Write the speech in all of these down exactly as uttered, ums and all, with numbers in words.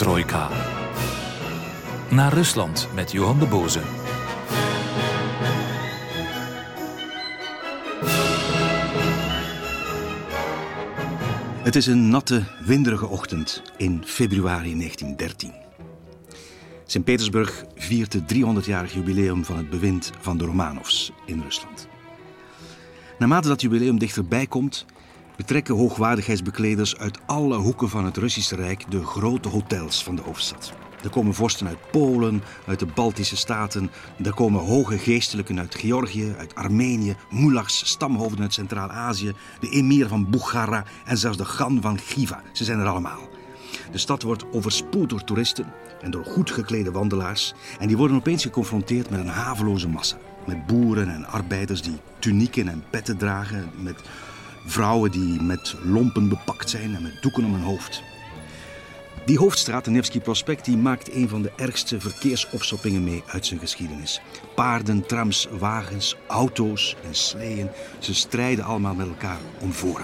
Trojka. Naar Rusland met Johan de Boze. Het is een natte, winderige ochtend in februari negentien dertien. Sint-Petersburg viert het driehonderdjarig jubileum van het bewind van de Romanovs in Rusland. Naarmate dat jubileum dichterbij komt, betrekken hoogwaardigheidsbekleders uit alle hoeken van het Russische Rijk de grote hotels van de hoofdstad. Er komen vorsten uit Polen, uit de Baltische Staten. Er komen hoge geestelijken uit Georgië, uit Armenië, mulachs, stamhoofden uit Centraal-Azië, de emir van Bukhara en zelfs de Khan van Khiva. Ze zijn er allemaal. De stad wordt overspoeld door toeristen en door goed geklede wandelaars. En die worden opeens geconfronteerd met een haveloze massa. Met boeren en arbeiders die tunieken en petten dragen. Met vrouwen die met lompen bepakt zijn en met doeken om hun hoofd. Die hoofdstraat, de Nevsky Prospect, die maakt een van de ergste verkeersopstoppingen mee uit zijn geschiedenis. Paarden, trams, wagens, auto's en sleeën. Ze strijden allemaal met elkaar om voorrang.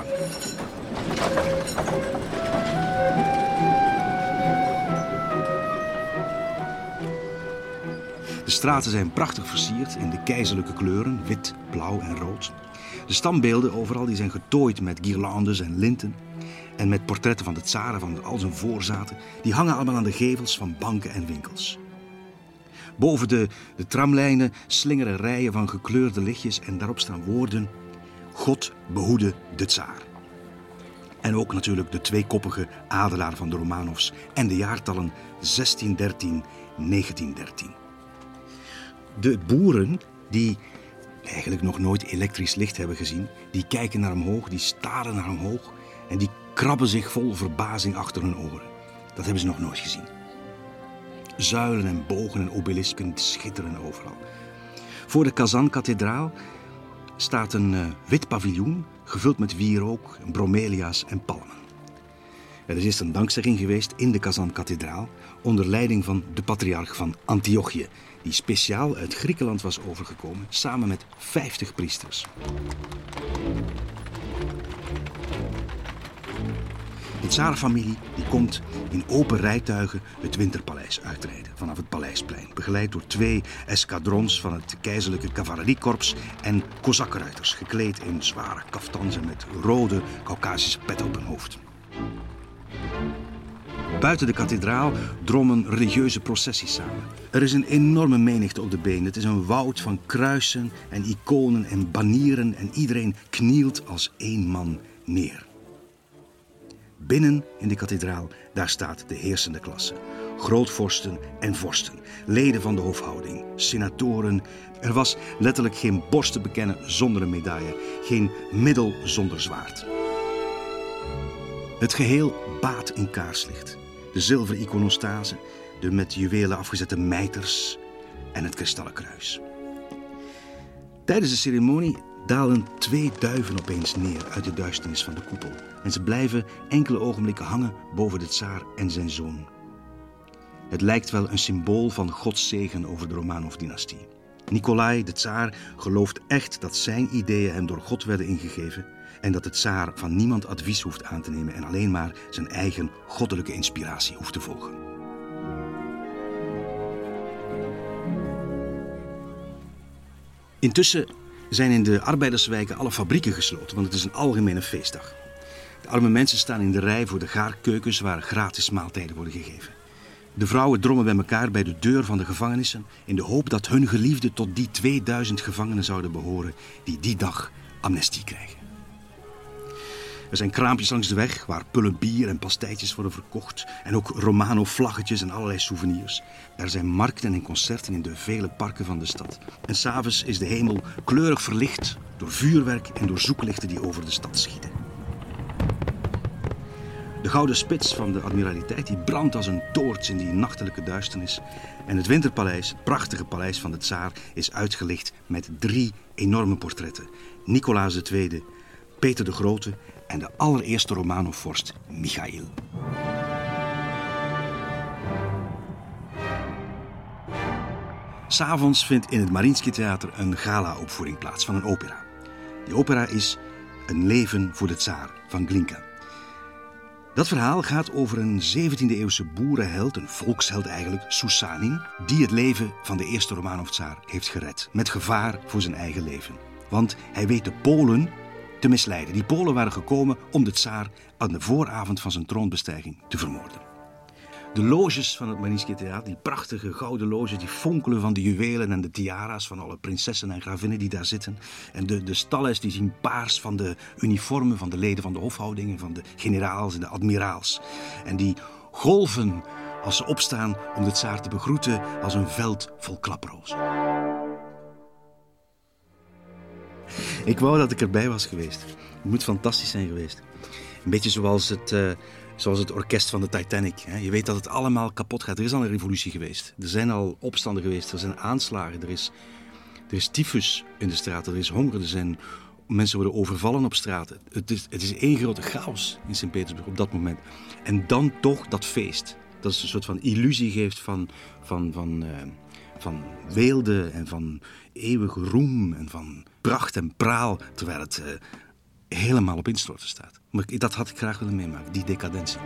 De straten zijn prachtig versierd in de keizerlijke kleuren, wit, blauw en rood. De standbeelden overal die zijn getooid met guirlandes en linten. En met portretten van de tsaren, van al zijn voorzaten. Die hangen allemaal aan de gevels van banken en winkels. Boven de, de tramlijnen slingeren rijen van gekleurde lichtjes en daarop staan woorden: God behoede de tsaar. En ook natuurlijk de tweekoppige adelaar van de Romanovs en de jaartallen zestien dertien, negentien dertien. De boeren die eigenlijk nog nooit elektrisch licht hebben gezien, die kijken naar omhoog, die staren naar omhoog en die krabben zich vol verbazing achter hun oren. Dat hebben ze nog nooit gezien. Zuilen en bogen en obelisken schitteren overal. Voor de Kazan-kathedraal staat een uh, wit paviljoen gevuld met wierook, bromelia's en palmen. Er is eerst een dankzegging geweest in de Kazan-kathedraal onder leiding van de patriarch van Antiochië, die speciaal uit Griekenland was overgekomen samen met vijftig priesters. De tsarenfamilie die komt in open rijtuigen het Winterpaleis uitrijden vanaf het Paleisplein, begeleid door twee eskadrons van het keizerlijke cavaleriekorps en kozakkenruiters, gekleed in zware kaftans en met rode Kaukasische pet op hun hoofd. Buiten de kathedraal drommen religieuze processies samen. Er is een enorme menigte op de been. Het is een woud van kruisen en iconen en banieren en iedereen knielt als één man neer. Binnen in de kathedraal, daar staat de heersende klasse. Grootvorsten en vorsten, leden van de hofhouding, senatoren. Er was letterlijk geen borst te bekennen zonder een medaille, geen middel zonder zwaard. Het geheel baat in kaarslicht. De zilveren iconostase, de met juwelen afgezette mijters en het kristallen kruis. Tijdens de ceremonie dalen twee duiven opeens neer uit de duisternis van de koepel. En ze blijven enkele ogenblikken hangen boven de tsaar en zijn zoon. Het lijkt wel een symbool van Gods zegen over de Romanov-dynastie. Nikolai, de tsaar, gelooft echt dat zijn ideeën hem door God werden ingegeven en dat de tsaar van niemand advies hoeft aan te nemen en alleen maar zijn eigen goddelijke inspiratie hoeft te volgen. Intussen zijn in de arbeiderswijken alle fabrieken gesloten, want het is een algemene feestdag. De arme mensen staan in de rij voor de gaarkeukens waar gratis maaltijden worden gegeven. De vrouwen drommen bij elkaar bij de deur van de gevangenissen in de hoop dat hun geliefden tot die tweeduizend gevangenen zouden behoren die die dag amnestie krijgen. Er zijn kraampjes langs de weg waar pullen bier en pastijtjes worden verkocht en ook Romano-vlaggetjes en allerlei souvenirs. Er zijn markten en concerten in de vele parken van de stad. En 's avonds is de hemel kleurig verlicht door vuurwerk en door zoeklichten die over de stad schieten. De gouden spits van de admiraliteit die brandt als een toorts in die nachtelijke duisternis. En het Winterpaleis, het prachtige paleis van de tsaar, is uitgelicht met drie enorme portretten. Nicolaas de Tweede, Peter de Grote en de allereerste Romanov-vorst Michail. S'avonds vindt in het Mariinsky Theater een gala-opvoering plaats van een opera. Die opera is Een leven voor de tsaar van Glinka. Dat verhaal gaat over een zeventiende-eeuwse boerenheld, een volksheld eigenlijk, Susanin, die het leven van de eerste Romanov-tsaar heeft gered, met gevaar voor zijn eigen leven. Want hij weet de Polen te misleiden. Die Polen waren gekomen om de tsaar aan de vooravond van zijn troonbestijging te vermoorden. De loges van het Mariinsky Theater, die prachtige gouden loges, die fonkelen van de juwelen en de tiara's van alle prinsessen en gravinnen die daar zitten. En de, de stalles die zien paars van de uniformen van de leden van de hofhoudingen, van de generaals en de admiraals. En die golven als ze opstaan om de tsaar te begroeten als een veld vol klaprozen. Ik wou dat ik erbij was geweest. Het moet fantastisch zijn geweest. Een beetje zoals het... Uh, Zoals het orkest van de Titanic. Je weet dat het allemaal kapot gaat. Er is al een revolutie geweest. Er zijn al opstanden geweest. Er zijn aanslagen. Er is, er is tyfus in de straten. Er is honger. Er zijn, mensen worden overvallen op straten. Het is, het is één grote chaos in Sint-Petersburg op dat moment. En dan toch dat feest. Dat is een soort van illusie geeft van, van, van, uh, van weelde en van eeuwige roem en van pracht en praal. Terwijl het... Uh, helemaal op instorten staat. Maar dat had ik graag willen meemaken, die decadentie.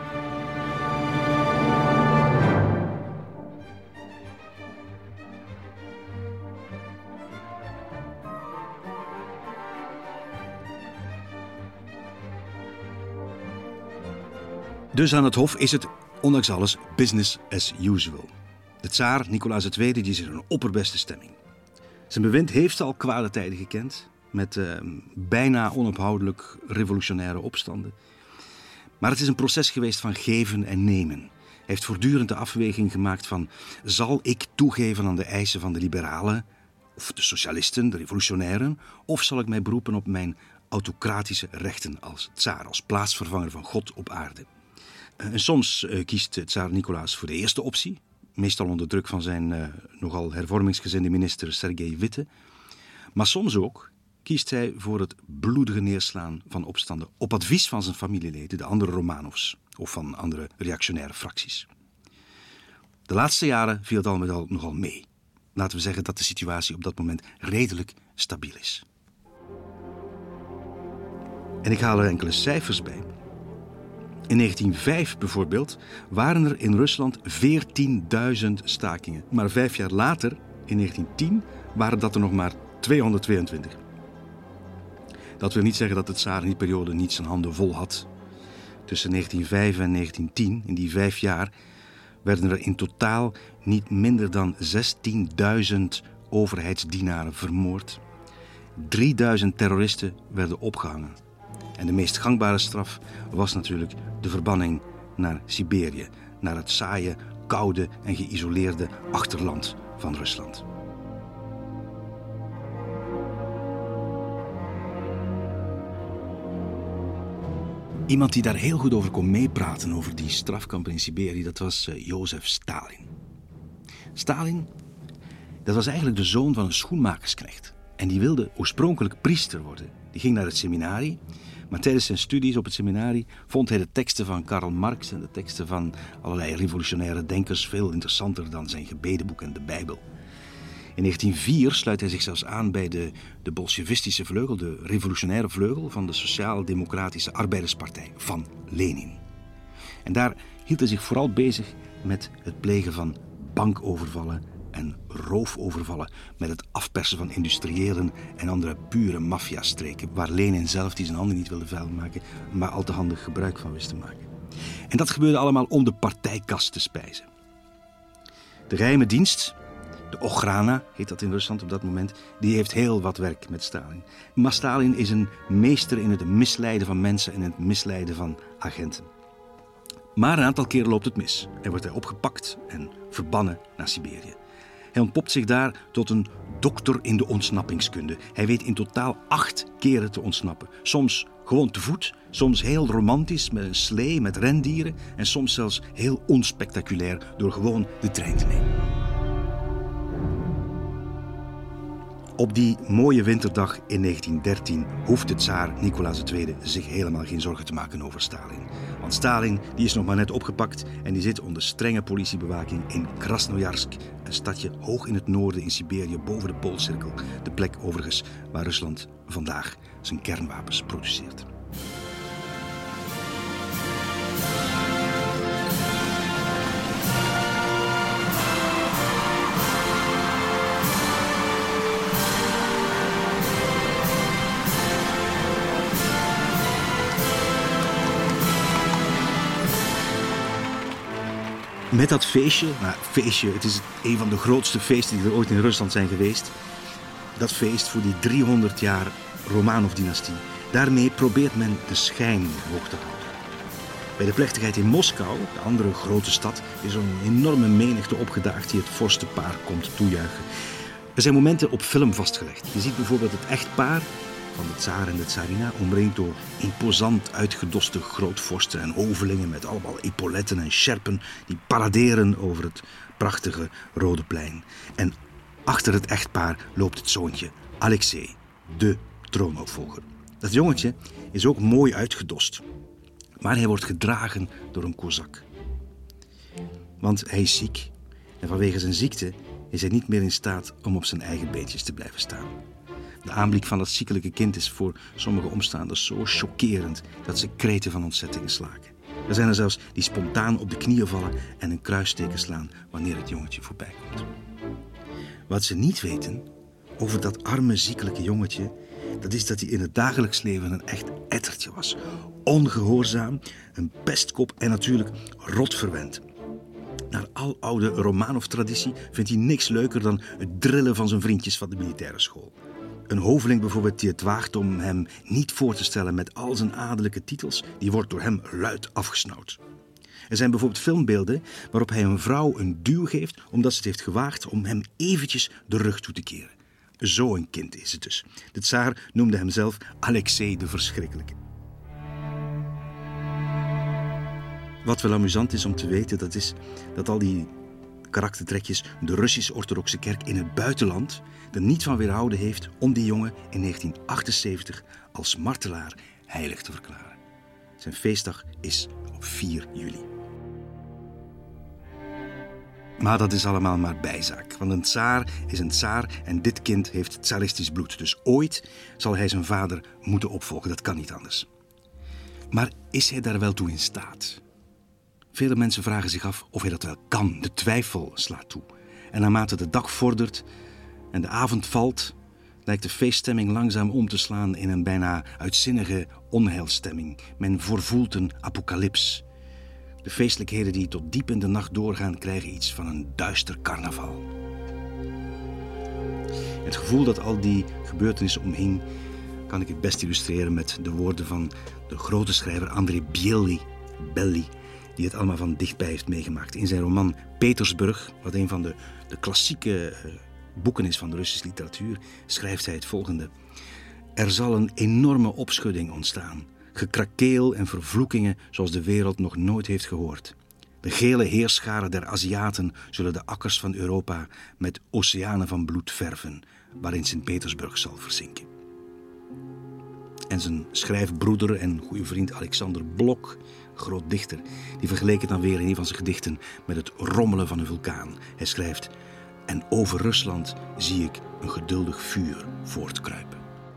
Dus aan het hof is het, ondanks alles, business as usual. De tsaar, Nicolaas de Tweede, die is in een opperbeste stemming. Zijn bewind heeft al kwade tijden gekend... met uh, bijna onophoudelijk revolutionaire opstanden. Maar het is een proces geweest van geven en nemen. Hij heeft voortdurend de afweging gemaakt van... zal ik toegeven aan de eisen van de liberalen... of de socialisten, de revolutionairen... of zal ik mij beroepen op mijn autocratische rechten als tsaar... als plaatsvervanger van God op aarde. Uh, en soms uh, kiest tsaar Nicolaas voor de eerste optie... meestal onder druk van zijn uh, nogal hervormingsgezinde minister Sergej Witte... maar soms ook... kiest hij voor het bloedige neerslaan van opstanden op advies van zijn familieleden, de andere Romanovs, of van andere reactionaire fracties. De laatste jaren viel het al met al nogal mee. Laten we zeggen dat de situatie op dat moment redelijk stabiel is. En ik haal er enkele cijfers bij. In negentien vijf bijvoorbeeld waren er in Rusland veertienduizend stakingen. Maar vijf jaar later, in negentien tien, waren dat er nog maar tweehonderdtweeëntwintig. Dat wil niet zeggen dat de tsaar in die periode niet zijn handen vol had. Tussen negentien vijf en negentien tien, in die vijf jaar, werden er in totaal niet minder dan zestienduizend overheidsdienaren vermoord. drieduizend terroristen werden opgehangen. En de meest gangbare straf was natuurlijk de verbanning naar Siberië, naar het saaie, koude en geïsoleerde achterland van Rusland. Iemand die daar heel goed over kon meepraten, over die strafkampen in Siberië, dat was uh, Jozef Stalin. Stalin, dat was eigenlijk de zoon van een schoenmakersknecht. En die wilde oorspronkelijk priester worden. Die ging naar het seminarie, maar tijdens zijn studies op het seminarie vond hij de teksten van Karl Marx en de teksten van allerlei revolutionaire denkers veel interessanter dan zijn gebedenboek en de Bijbel. In negentien vier sluit hij zich zelfs aan bij de, de bolsjevistische vleugel, de revolutionaire vleugel van de Sociaal-Democratische Arbeiderspartij van Lenin. En daar hield hij zich vooral bezig met het plegen van bankovervallen en roofovervallen, met het afpersen van industriëlen en andere pure maffiastreken, waar Lenin zelf, die zijn handen niet wilde vuil maken, maar al te handig gebruik van wist te maken. En dat gebeurde allemaal om de partijkas te spijzen. De geheime dienst, de Okhrana heet dat in Rusland op dat moment, die heeft heel wat werk met Stalin. Maar Stalin is een meester in het misleiden van mensen en het misleiden van agenten. Maar een aantal keren loopt het mis en wordt hij opgepakt en verbannen naar Siberië. Hij ontpopt zich daar tot een dokter in de ontsnappingskunde. Hij weet in totaal acht keren te ontsnappen. Soms gewoon te voet, soms heel romantisch met een slee met rendieren en soms zelfs heel onspectaculair door gewoon de trein te nemen. Op die mooie winterdag in negentien dertien hoeft de tsaar Nicolaas de Tweede zich helemaal geen zorgen te maken over Stalin. Want Stalin die is nog maar net opgepakt en die zit onder strenge politiebewaking in Krasnojarsk, een stadje hoog in het noorden in Siberië boven de Poolcirkel. De plek overigens waar Rusland vandaag zijn kernwapens produceert. Met dat feestje, nou feestje, het is een van de grootste feesten die er ooit in Rusland zijn geweest. Dat feest voor die driehonderd jaar Romanov-dynastie. Daarmee probeert men de schijn hoog te houden. Bij de plechtigheid in Moskou, de andere grote stad, is er een enorme menigte opgedaagd die het vorstenpaar komt toejuichen. Er zijn momenten op film vastgelegd. Je ziet bijvoorbeeld het echtpaar van de tsaar en de tsarina, omringd door imposant uitgedoste grootvorsten en hovelingen met allemaal epauletten en sjerpen die paraderen over het prachtige Rode Plein. En achter het echtpaar loopt het zoontje, Alexei, de troonopvolger. Dat jongetje is ook mooi uitgedost, maar hij wordt gedragen door een kozak. Want hij is ziek en vanwege zijn ziekte is hij niet meer in staat om op zijn eigen beentjes te blijven staan. De aanblik van dat ziekelijke kind is voor sommige omstaanders zo chockerend dat ze kreten van ontzetting slaken. Er zijn er zelfs die spontaan op de knieën vallen en een kruisteken slaan wanneer het jongetje voorbij komt. Wat ze niet weten over dat arme ziekelijke jongetje, dat is dat hij in het dagelijks leven een echt ettertje was. Ongehoorzaam, een pestkop en natuurlijk rotverwend. Naar aloude Romanov-traditie vindt hij niks leuker dan het drillen van zijn vriendjes van de militaire school. Een hoveling bijvoorbeeld die het waagt om hem niet voor te stellen met al zijn adellijke titels, die wordt door hem luid afgesnauwd. Er zijn bijvoorbeeld filmbeelden waarop hij een vrouw een duw geeft omdat ze het heeft gewaagd om hem eventjes de rug toe te keren. Zo'n kind is het dus. De tsaar noemde hem zelf Alexei de Verschrikkelijke. Wat wel amusant is om te weten, dat is dat al die karaktertrekjes de Russisch-orthodoxe kerk in het buitenland er niet van weerhouden heeft om die jongen in negentien achtenzeventig als martelaar heilig te verklaren. Zijn feestdag is op vier juli. Maar dat is allemaal maar bijzaak, want een tsaar is een tsaar en dit kind heeft tsaristisch bloed. Dus ooit zal hij zijn vader moeten opvolgen, dat kan niet anders. Maar is hij daar wel toe in staat? Vele mensen vragen zich af of hij dat wel kan. De twijfel slaat toe. En naarmate de dag vordert en de avond valt, lijkt de feeststemming langzaam om te slaan in een bijna uitzinnige onheilstemming. Men voorvoelt een apocalyps. De feestelijkheden die tot diep in de nacht doorgaan, krijgen iets van een duister carnaval. Het gevoel dat al die gebeurtenissen omhing, kan ik het best illustreren met de woorden van de grote schrijver André Bielli, Belli, die het allemaal van dichtbij heeft meegemaakt. In zijn roman Petersburg, wat een van de, de klassieke uh, boeken is van de Russische literatuur, schrijft hij het volgende. Er zal een enorme opschudding ontstaan. Gekrakeel en vervloekingen zoals de wereld nog nooit heeft gehoord. De gele heerscharen der Aziaten zullen de akkers van Europa met oceanen van bloed verven, waarin Sint-Petersburg zal verzinken. En zijn schrijfbroeder en goede vriend Alexander Blok, groot dichter, die vergeleek het dan weer in een van zijn gedichten met het rommelen van een vulkaan. Hij schrijft: en over Rusland zie ik een geduldig vuur voortkruipen.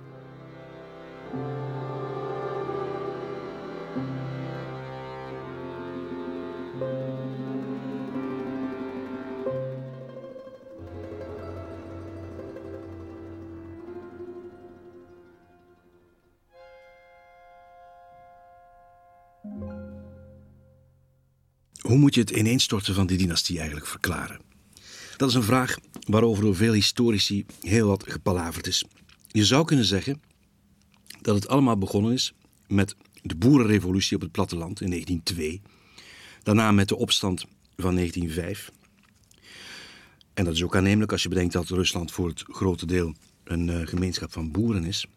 Hoe moet je het ineenstorten van die dynastie eigenlijk verklaren? Dat is een vraag waarover door veel historici heel wat gepalaverd is. Je zou kunnen zeggen dat het allemaal begonnen is met de boerenrevolutie op het platteland in negentien twee. Daarna met de opstand van negentien vijf. En dat is ook aannemelijk als je bedenkt dat Rusland voor het grote deel een uh, gemeenschap van boeren is.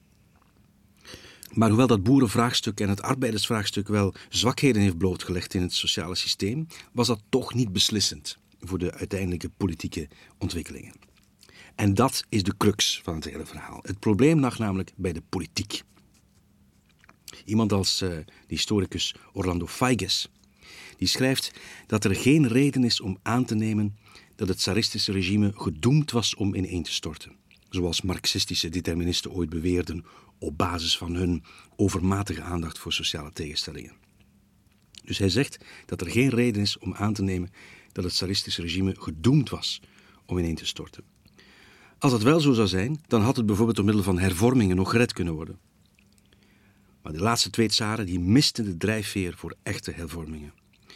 Maar hoewel dat boerenvraagstuk en het arbeidersvraagstuk wel zwakheden heeft blootgelegd in het sociale systeem, was dat toch niet beslissend voor de uiteindelijke politieke ontwikkelingen. En dat is de crux van het hele verhaal. Het probleem lag namelijk bij de politiek. Iemand als uh, de historicus Orlando Figes, die schrijft dat er geen reden is om aan te nemen dat het tsaristische regime gedoemd was om ineen te storten. Zoals marxistische deterministen ooit beweerden op basis van hun overmatige aandacht voor sociale tegenstellingen. Dus hij zegt dat er geen reden is om aan te nemen dat het tsaristische regime gedoemd was om ineen te storten. Als dat wel zo zou zijn, dan had het bijvoorbeeld door middel van hervormingen nog gered kunnen worden. Maar de laatste twee tsaren die misten de drijfveer voor echte hervormingen.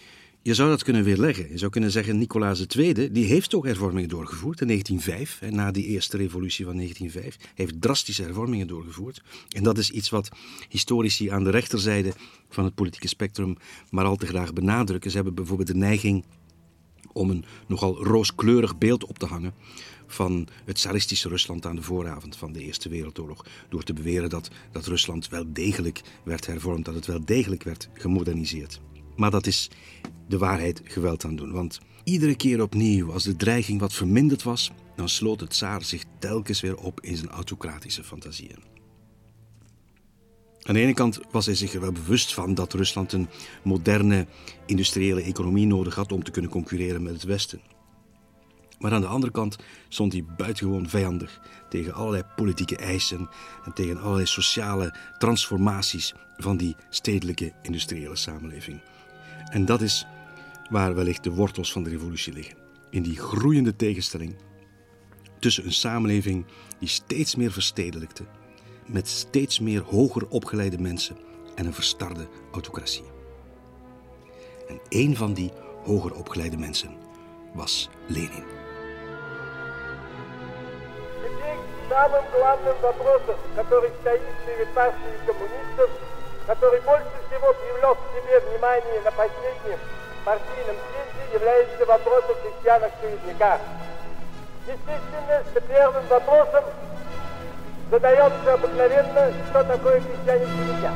Je zou dat kunnen weerleggen. Je zou kunnen zeggen, Nicolaas de Tweede, die heeft toch hervormingen doorgevoerd in negentien vijf. Hè, na die eerste revolutie van negentien vijf. Hij heeft drastische hervormingen doorgevoerd. En dat is iets wat historici aan de rechterzijde van het politieke spectrum maar al te graag benadrukken. Ze hebben bijvoorbeeld de neiging om een nogal rooskleurig beeld op te hangen van het tsaristische Rusland aan de vooravond van de Eerste Wereldoorlog. Door te beweren dat, dat Rusland wel degelijk werd hervormd, dat het wel degelijk werd gemoderniseerd. Maar dat is de waarheid geweld aan doen. Want iedere keer opnieuw, als de dreiging wat verminderd was, dan sloot de tsaar zich telkens weer op in zijn autocratische fantasieën. Aan de ene kant was hij zich er wel bewust van dat Rusland een moderne industriële economie nodig had om te kunnen concurreren met het Westen. Maar aan de andere kant stond hij buitengewoon vijandig tegen allerlei politieke eisen en tegen allerlei sociale transformaties van die stedelijke industriële samenleving. En dat is waar wellicht de wortels van de revolutie liggen. In die groeiende tegenstelling tussen een samenleving die steeds meer verstedelijkte, met steeds meer hoger opgeleide mensen en een verstarde autocratie. En één van die hoger opgeleide mensen was Lenin. Самым главным вопросом, который стоит перед партией коммунистов, который больше всего привлек к себе внимание на последнем партийном съезде, является вопрос о крестьянах-середняках. Естественно, что первым вопросом задается обыкновенно, что такое крестьянин-середняк.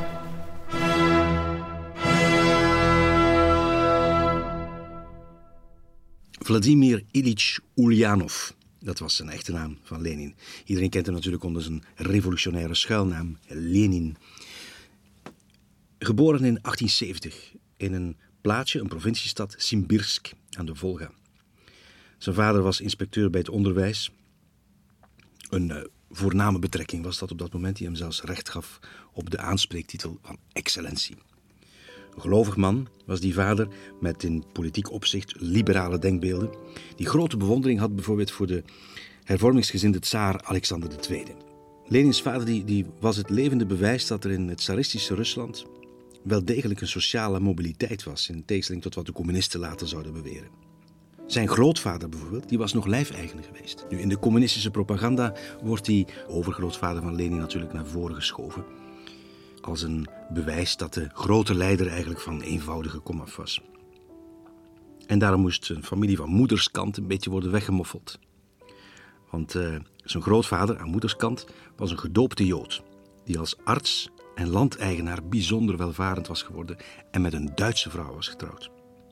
Vladimir Ilyich Ulyanov. Dat was zijn echte naam van Lenin. Iedereen kent hem natuurlijk onder zijn revolutionaire schuilnaam Lenin. Geboren in achttien zeventig in een plaatsje, een provinciestad Simbirsk aan de Volga. Zijn vader was inspecteur bij het onderwijs. Een uh, voorname betrekking was dat op dat moment, die hem zelfs recht gaf op de aanspreektitel van excellentie. Een gelovig man was die vader met in politiek opzicht liberale denkbeelden, die grote bewondering had bijvoorbeeld voor de hervormingsgezinde tsaar Alexander de Tweede. Lenins vader die, die was het levende bewijs dat er in het tsaristische Rusland wel degelijk een sociale mobiliteit was, in tegenstelling tot wat de communisten later zouden beweren. Zijn grootvader bijvoorbeeld, die was nog lijfeigenaar geweest. Nu, in de communistische propaganda wordt die overgrootvader van Lenin natuurlijk naar voren geschoven, als een bewijs dat de grote leider eigenlijk van eenvoudige komaf was. En daarom moest een familie van moederskant een beetje worden weggemoffeld. Want uh, zijn grootvader aan moederskant was een gedoopte Jood, die als arts en landeigenaar bijzonder welvarend was geworden en met een Duitse vrouw was getrouwd.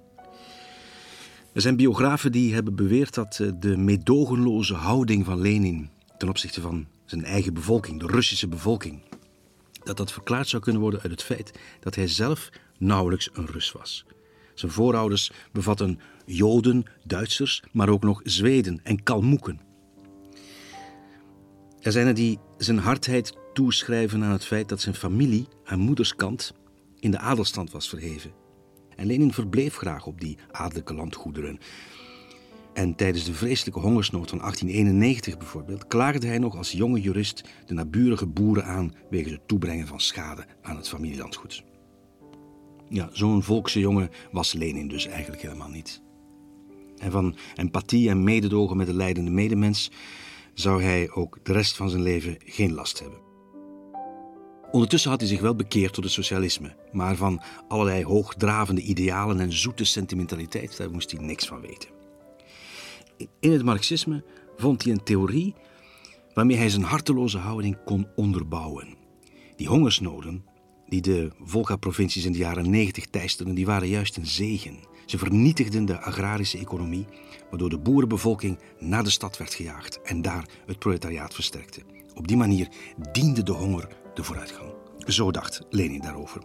Er zijn biografen die hebben beweerd dat uh, de meedogenloze houding van Lenin ten opzichte van zijn eigen bevolking, de Russische bevolking, dat dat verklaard zou kunnen worden uit het feit dat hij zelf nauwelijks een Rus was. Zijn voorouders bevatten Joden, Duitsers, maar ook nog Zweden en Kalmoeken. Er zijn er die zijn hardheid toeschrijven aan het feit dat zijn familie aan moederskant in de adelstand was verheven. En Lenin verbleef graag op die adellijke landgoederen. En tijdens de vreselijke hongersnood van achttien eenennegentig bijvoorbeeld klaagde hij nog als jonge jurist de naburige boeren aan wegens het toebrengen van schade aan het familielandgoed. Ja, zo'n volkse jongen was Lenin dus eigenlijk helemaal niet. En van empathie en mededogen met de lijdende medemens zou hij ook de rest van zijn leven geen last hebben. Ondertussen had hij zich wel bekeerd tot het socialisme, maar van allerlei hoogdravende idealen en zoete sentimentaliteit, daar moest hij niks van weten. In het marxisme vond hij een theorie waarmee hij zijn harteloze houding kon onderbouwen. Die hongersnoden die de Volga-provincies in de jaren negentig teisterden, die waren juist een zegen. Ze vernietigden de agrarische economie, waardoor de boerenbevolking naar de stad werd gejaagd en daar het proletariaat versterkte. Op die manier diende de honger de vooruitgang. Zo dacht Lenin daarover.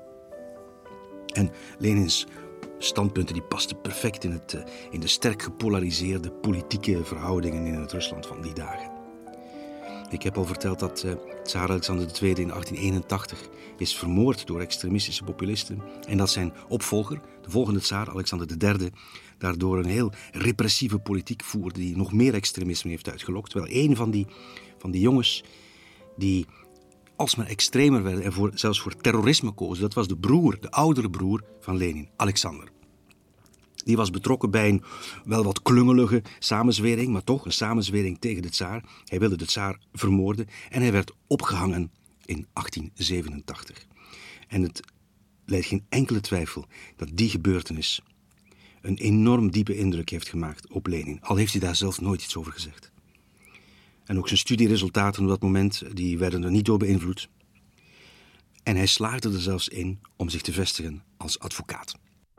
En Lenins standpunten die pasten perfect in, het, in de sterk gepolariseerde politieke verhoudingen in het Rusland van die dagen. Ik heb al verteld dat uh, tsaar Alexander de Tweede in achttien eenentachtig is vermoord door extremistische populisten en dat zijn opvolger, de volgende tsaar Alexander de Derde, daardoor een heel repressieve politiek voerde die nog meer extremisme heeft uitgelokt. Wel, een van die, van die jongens die alsmaar extremer werden en voor, zelfs voor terrorisme kozen, dat was de broer, de oudere broer van Lenin, Alexander. Die was betrokken bij een wel wat klungelige samenzwering, maar toch een samenzwering tegen de tsaar. Hij wilde de tsaar vermoorden en hij werd opgehangen in achttien zevenentachtig. En het leidt geen enkele twijfel dat die gebeurtenis een enorm diepe indruk heeft gemaakt op Lenin. Al heeft hij daar zelf nooit iets over gezegd. En ook zijn studieresultaten op dat moment, die werden er niet door beïnvloed. En hij slaagde er zelfs in om zich te vestigen als advocaat.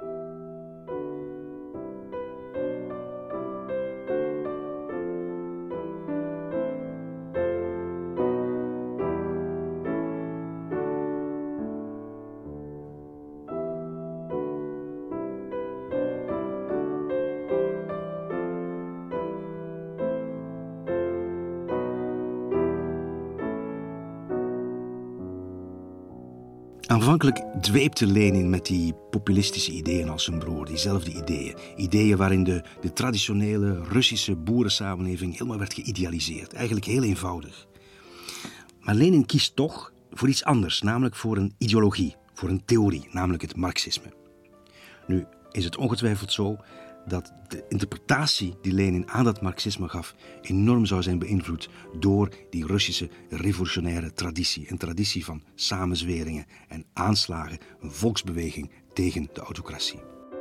Aanvankelijk dweepte Lenin met die populistische ideeën als zijn broer, diezelfde ideeën. Ideeën waarin de, de traditionele Russische boerensamenleving helemaal werd geïdealiseerd. Eigenlijk heel eenvoudig. Maar Lenin kiest toch voor iets anders, namelijk voor een ideologie, voor een theorie, namelijk het marxisme. Nu is het ongetwijfeld zo dat de interpretatie die Lenin aan dat marxisme gaf enorm zou zijn beïnvloed door die Russische revolutionaire traditie. Een traditie van samenzweringen en aanslagen, een volksbeweging tegen de autocratie.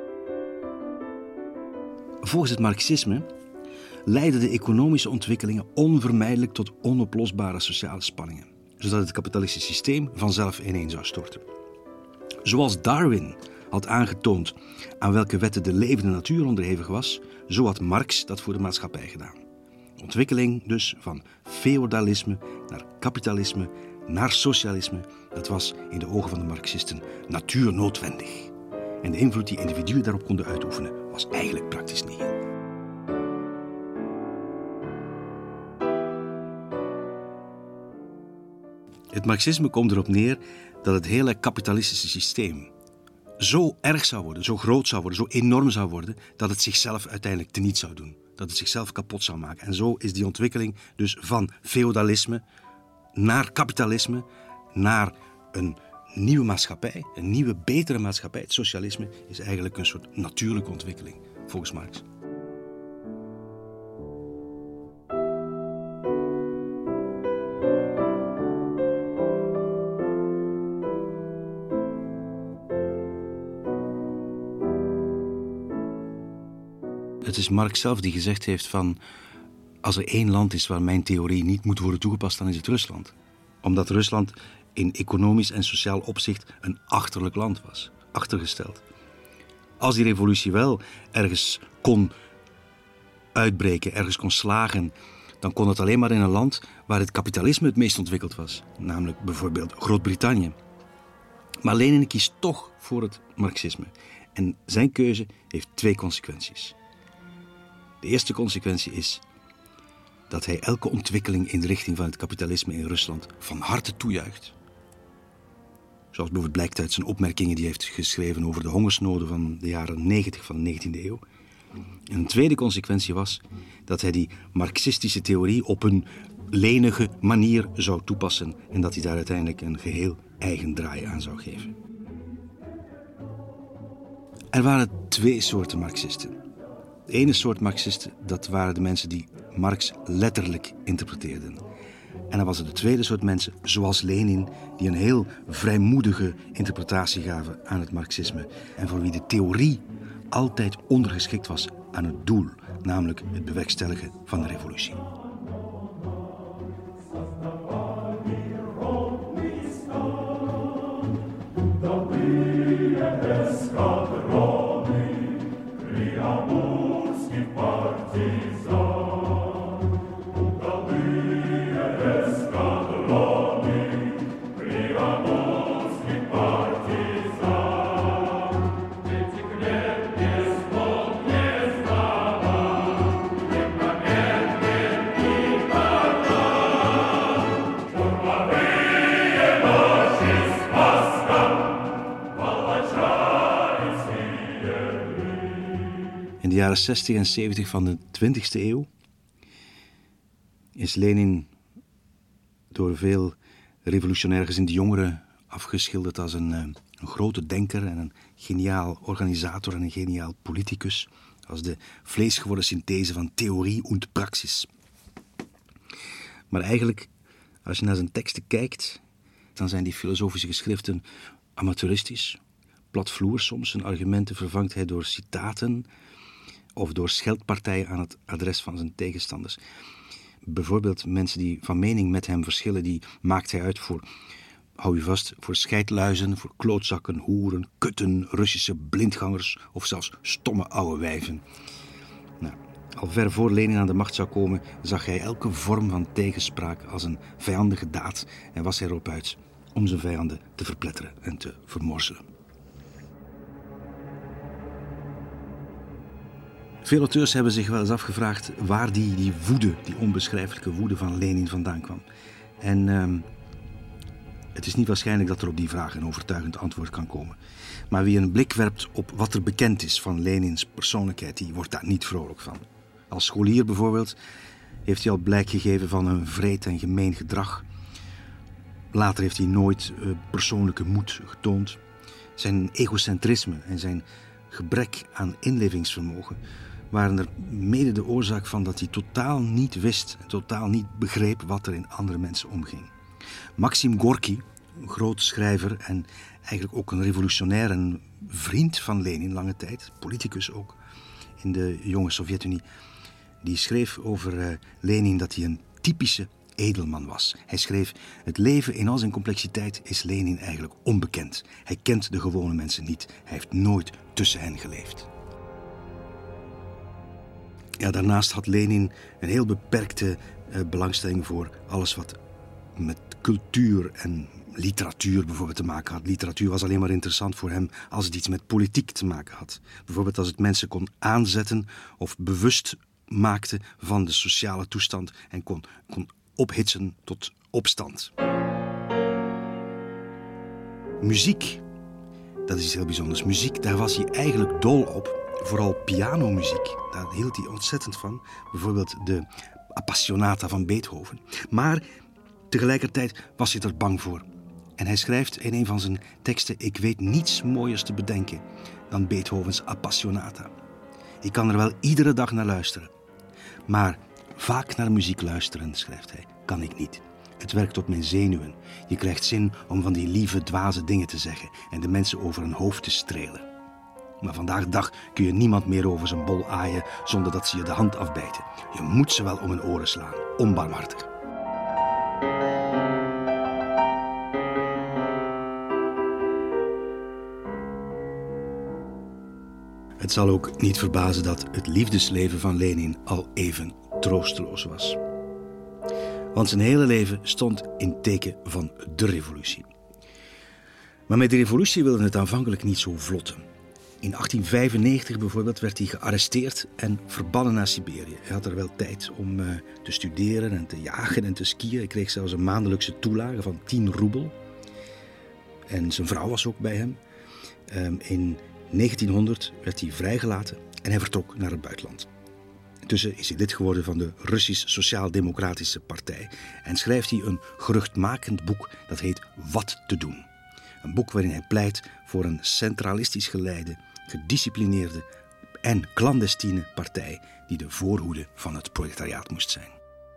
Volgens het marxisme leidden de economische ontwikkelingen onvermijdelijk tot onoplosbare sociale spanningen, zodat het kapitalistische systeem vanzelf ineen zou storten. Zoals Darwin had aangetoond aan welke wetten de levende natuur onderhevig was, zo had Marx dat voor de maatschappij gedaan. De ontwikkeling dus van feodalisme naar kapitalisme naar socialisme, dat was in de ogen van de Marxisten natuurnoodwendig. En de invloed die individuen daarop konden uitoefenen was eigenlijk praktisch niet. Het marxisme komt erop neer dat het hele kapitalistische systeem zo erg zou worden, zo groot zou worden, zo enorm zou worden, dat het zichzelf uiteindelijk teniet zou doen. Dat het zichzelf kapot zou maken. En zo is die ontwikkeling dus van feodalisme naar kapitalisme, naar een nieuwe maatschappij, een nieuwe, betere maatschappij. Het socialisme is eigenlijk een soort natuurlijke ontwikkeling, volgens Marx. Het is Marx zelf die gezegd heeft van, als er één land is waar mijn theorie niet moet worden toegepast, dan is het Rusland. Omdat Rusland in economisch en sociaal opzicht een achterlijk land was, achtergesteld. Als die revolutie wel ergens kon uitbreken, ergens kon slagen, dan kon het alleen maar in een land waar het kapitalisme het meest ontwikkeld was. Namelijk bijvoorbeeld Groot-Brittannië. Maar Lenin kiest toch voor het marxisme. En zijn keuze heeft twee consequenties. De eerste consequentie is dat hij elke ontwikkeling in de richting van het kapitalisme in Rusland van harte toejuicht. Zoals bijvoorbeeld blijkt uit zijn opmerkingen die hij heeft geschreven over de hongersnoden van de jaren negentig van de negentiende eeuw. En een tweede consequentie was dat hij die marxistische theorie op een lenige manier zou toepassen en dat hij daar uiteindelijk een geheel eigen draai aan zou geven. Er waren twee soorten marxisten. De ene soort marxisten, dat waren de mensen die Marx letterlijk interpreteerden. En dan was er de tweede soort mensen, zoals Lenin, die een heel vrijmoedige interpretatie gaven aan het marxisme. En voor wie de theorie altijd ondergeschikt was aan het doel, namelijk het bewerkstelligen van de revolutie. In de jaren zestig en zeventig van de twintigste eeuw is Lenin door veel revolutionair gezinde jongeren afgeschilderd als een, een grote denker en een geniaal organisator en een geniaal politicus. Als de vleesgeworden synthese van theorie en praxis. Maar eigenlijk, als je naar zijn teksten kijkt, dan zijn die filosofische geschriften amateuristisch, platvloers soms. Zijn argumenten vervangt hij door citaten of door scheldpartijen aan het adres van zijn tegenstanders. Bijvoorbeeld mensen die van mening met hem verschillen, die maakt hij uit voor, hou je vast, voor scheidluizen, voor klootzakken, hoeren, kutten, Russische blindgangers of zelfs stomme oude wijven. Nou, al ver voor Lenin aan de macht zou komen, zag hij elke vorm van tegenspraak als een vijandige daad en was hij erop uit om zijn vijanden te verpletteren en te vermorzelen. Veel auteurs hebben zich wel eens afgevraagd waar die, die woede, die onbeschrijfelijke woede van Lenin vandaan kwam. En uh, het is niet waarschijnlijk dat er op die vraag een overtuigend antwoord kan komen. Maar wie een blik werpt op wat er bekend is van Lenins persoonlijkheid, die wordt daar niet vrolijk van. Als scholier bijvoorbeeld heeft hij al blijk gegeven van een wreed en gemeen gedrag. Later heeft hij nooit uh, persoonlijke moed getoond. Zijn egocentrisme en zijn gebrek aan inlevingsvermogen waren er mede de oorzaak van dat hij totaal niet wist, totaal niet begreep wat er in andere mensen omging. Maxim Gorky, een groot schrijver en eigenlijk ook een revolutionair en vriend van Lenin lange tijd, politicus ook in de jonge Sovjet-Unie, die schreef over uh, Lenin dat hij een typische edelman was. Hij schreef: het leven in al zijn complexiteit is Lenin eigenlijk onbekend. Hij kent de gewone mensen niet. Hij heeft nooit tussen hen geleefd. Ja, daarnaast had Lenin een heel beperkte uh, belangstelling voor alles wat met cultuur en literatuur bijvoorbeeld te maken had. Literatuur was alleen maar interessant voor hem als het iets met politiek te maken had. Bijvoorbeeld als het mensen kon aanzetten of bewust maakte van de sociale toestand en kon, kon ophitsen tot opstand. Muziek, dat is iets heel bijzonders. Muziek, daar was hij eigenlijk dol op. Vooral pianomuziek, daar hield hij ontzettend van. Bijvoorbeeld de Appassionata van Beethoven. Maar tegelijkertijd was hij er bang voor. En hij schrijft in een van zijn teksten: ik weet niets mooiers te bedenken dan Beethovens Appassionata. Ik kan er wel iedere dag naar luisteren. Maar vaak naar muziek luisteren, schrijft hij, kan ik niet. Het werkt op mijn zenuwen. Je krijgt zin om van die lieve, dwaze dingen te zeggen en de mensen over hun hoofd te strelen. Maar vandaag de dag kun je niemand meer over zijn bol aaien zonder dat ze je de hand afbijten. Je moet ze wel om hun oren slaan, onbarmhartig. Het zal ook niet verbazen dat het liefdesleven van Lenin al even troosteloos was. Want zijn hele leven stond in teken van de revolutie. Maar met de revolutie wilde het aanvankelijk niet zo vlotten. In achttien vijfennegentig bijvoorbeeld werd hij gearresteerd en verbannen naar Siberië. Hij had er wel tijd om uh, te studeren en te jagen en te skiën. Hij kreeg zelfs een maandelijkse toelage van tien roebel. En zijn vrouw was ook bij hem. Um, in negentienhonderd werd hij vrijgelaten en hij vertrok naar het buitenland. Intussen is hij lid geworden van de Russisch Sociaal-Democratische Partij en schrijft hij een geruchtmakend boek dat heet Wat te doen. Een boek waarin hij pleit voor een centralistisch geleide, gedisciplineerde en clandestine partij die de voorhoede van het proletariaat moest zijn.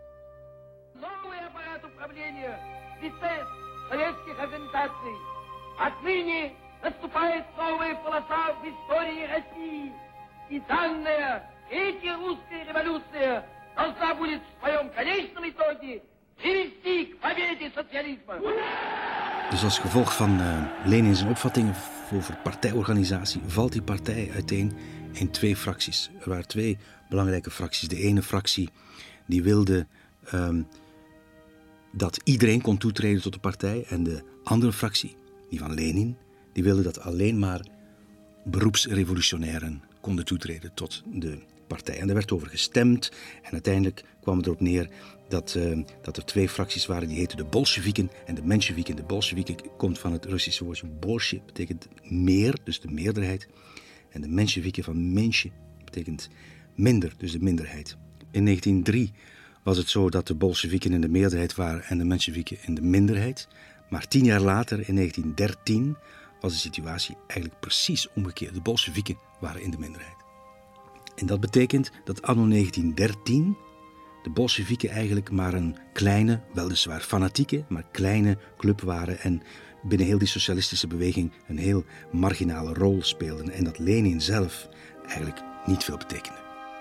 Наступает новая полоса в истории России, и данная Третья русская революция должна будет в своем конечном итоге привести к победе социализма. Dus als gevolg van uh, Lenin's opvattingen over partijorganisatie valt die partij uiteen in twee fracties. Er waren twee belangrijke fracties. De ene fractie die wilde um, dat iedereen kon toetreden tot de partij en de andere fractie, die van Lenin, die wilden dat alleen maar beroepsrevolutionairen konden toetreden tot de partij. En daar werd over gestemd en uiteindelijk kwam het erop neer dat, uh, dat er twee fracties waren die heten de Bolsjewieken en de Mensjewieken. De Bolsjewieken komt van het Russische woordje bolsje, betekent meer, dus de meerderheid. En de Mensjewieken van mensje betekent minder, dus de minderheid. In negentien nul drie was het zo dat de Bolsjewieken in de meerderheid waren en de Mensjewieken in de minderheid. Maar tien jaar later, in negentien dertien, was de situatie eigenlijk precies omgekeerd. De Bolsjewieken waren in de minderheid. En dat betekent dat anno negentien dertien de Bolsjewieken eigenlijk maar een kleine, weliswaar fanatieke, maar kleine club waren en binnen heel die socialistische beweging een heel marginale rol speelden. En dat Lenin zelf eigenlijk niet veel betekende.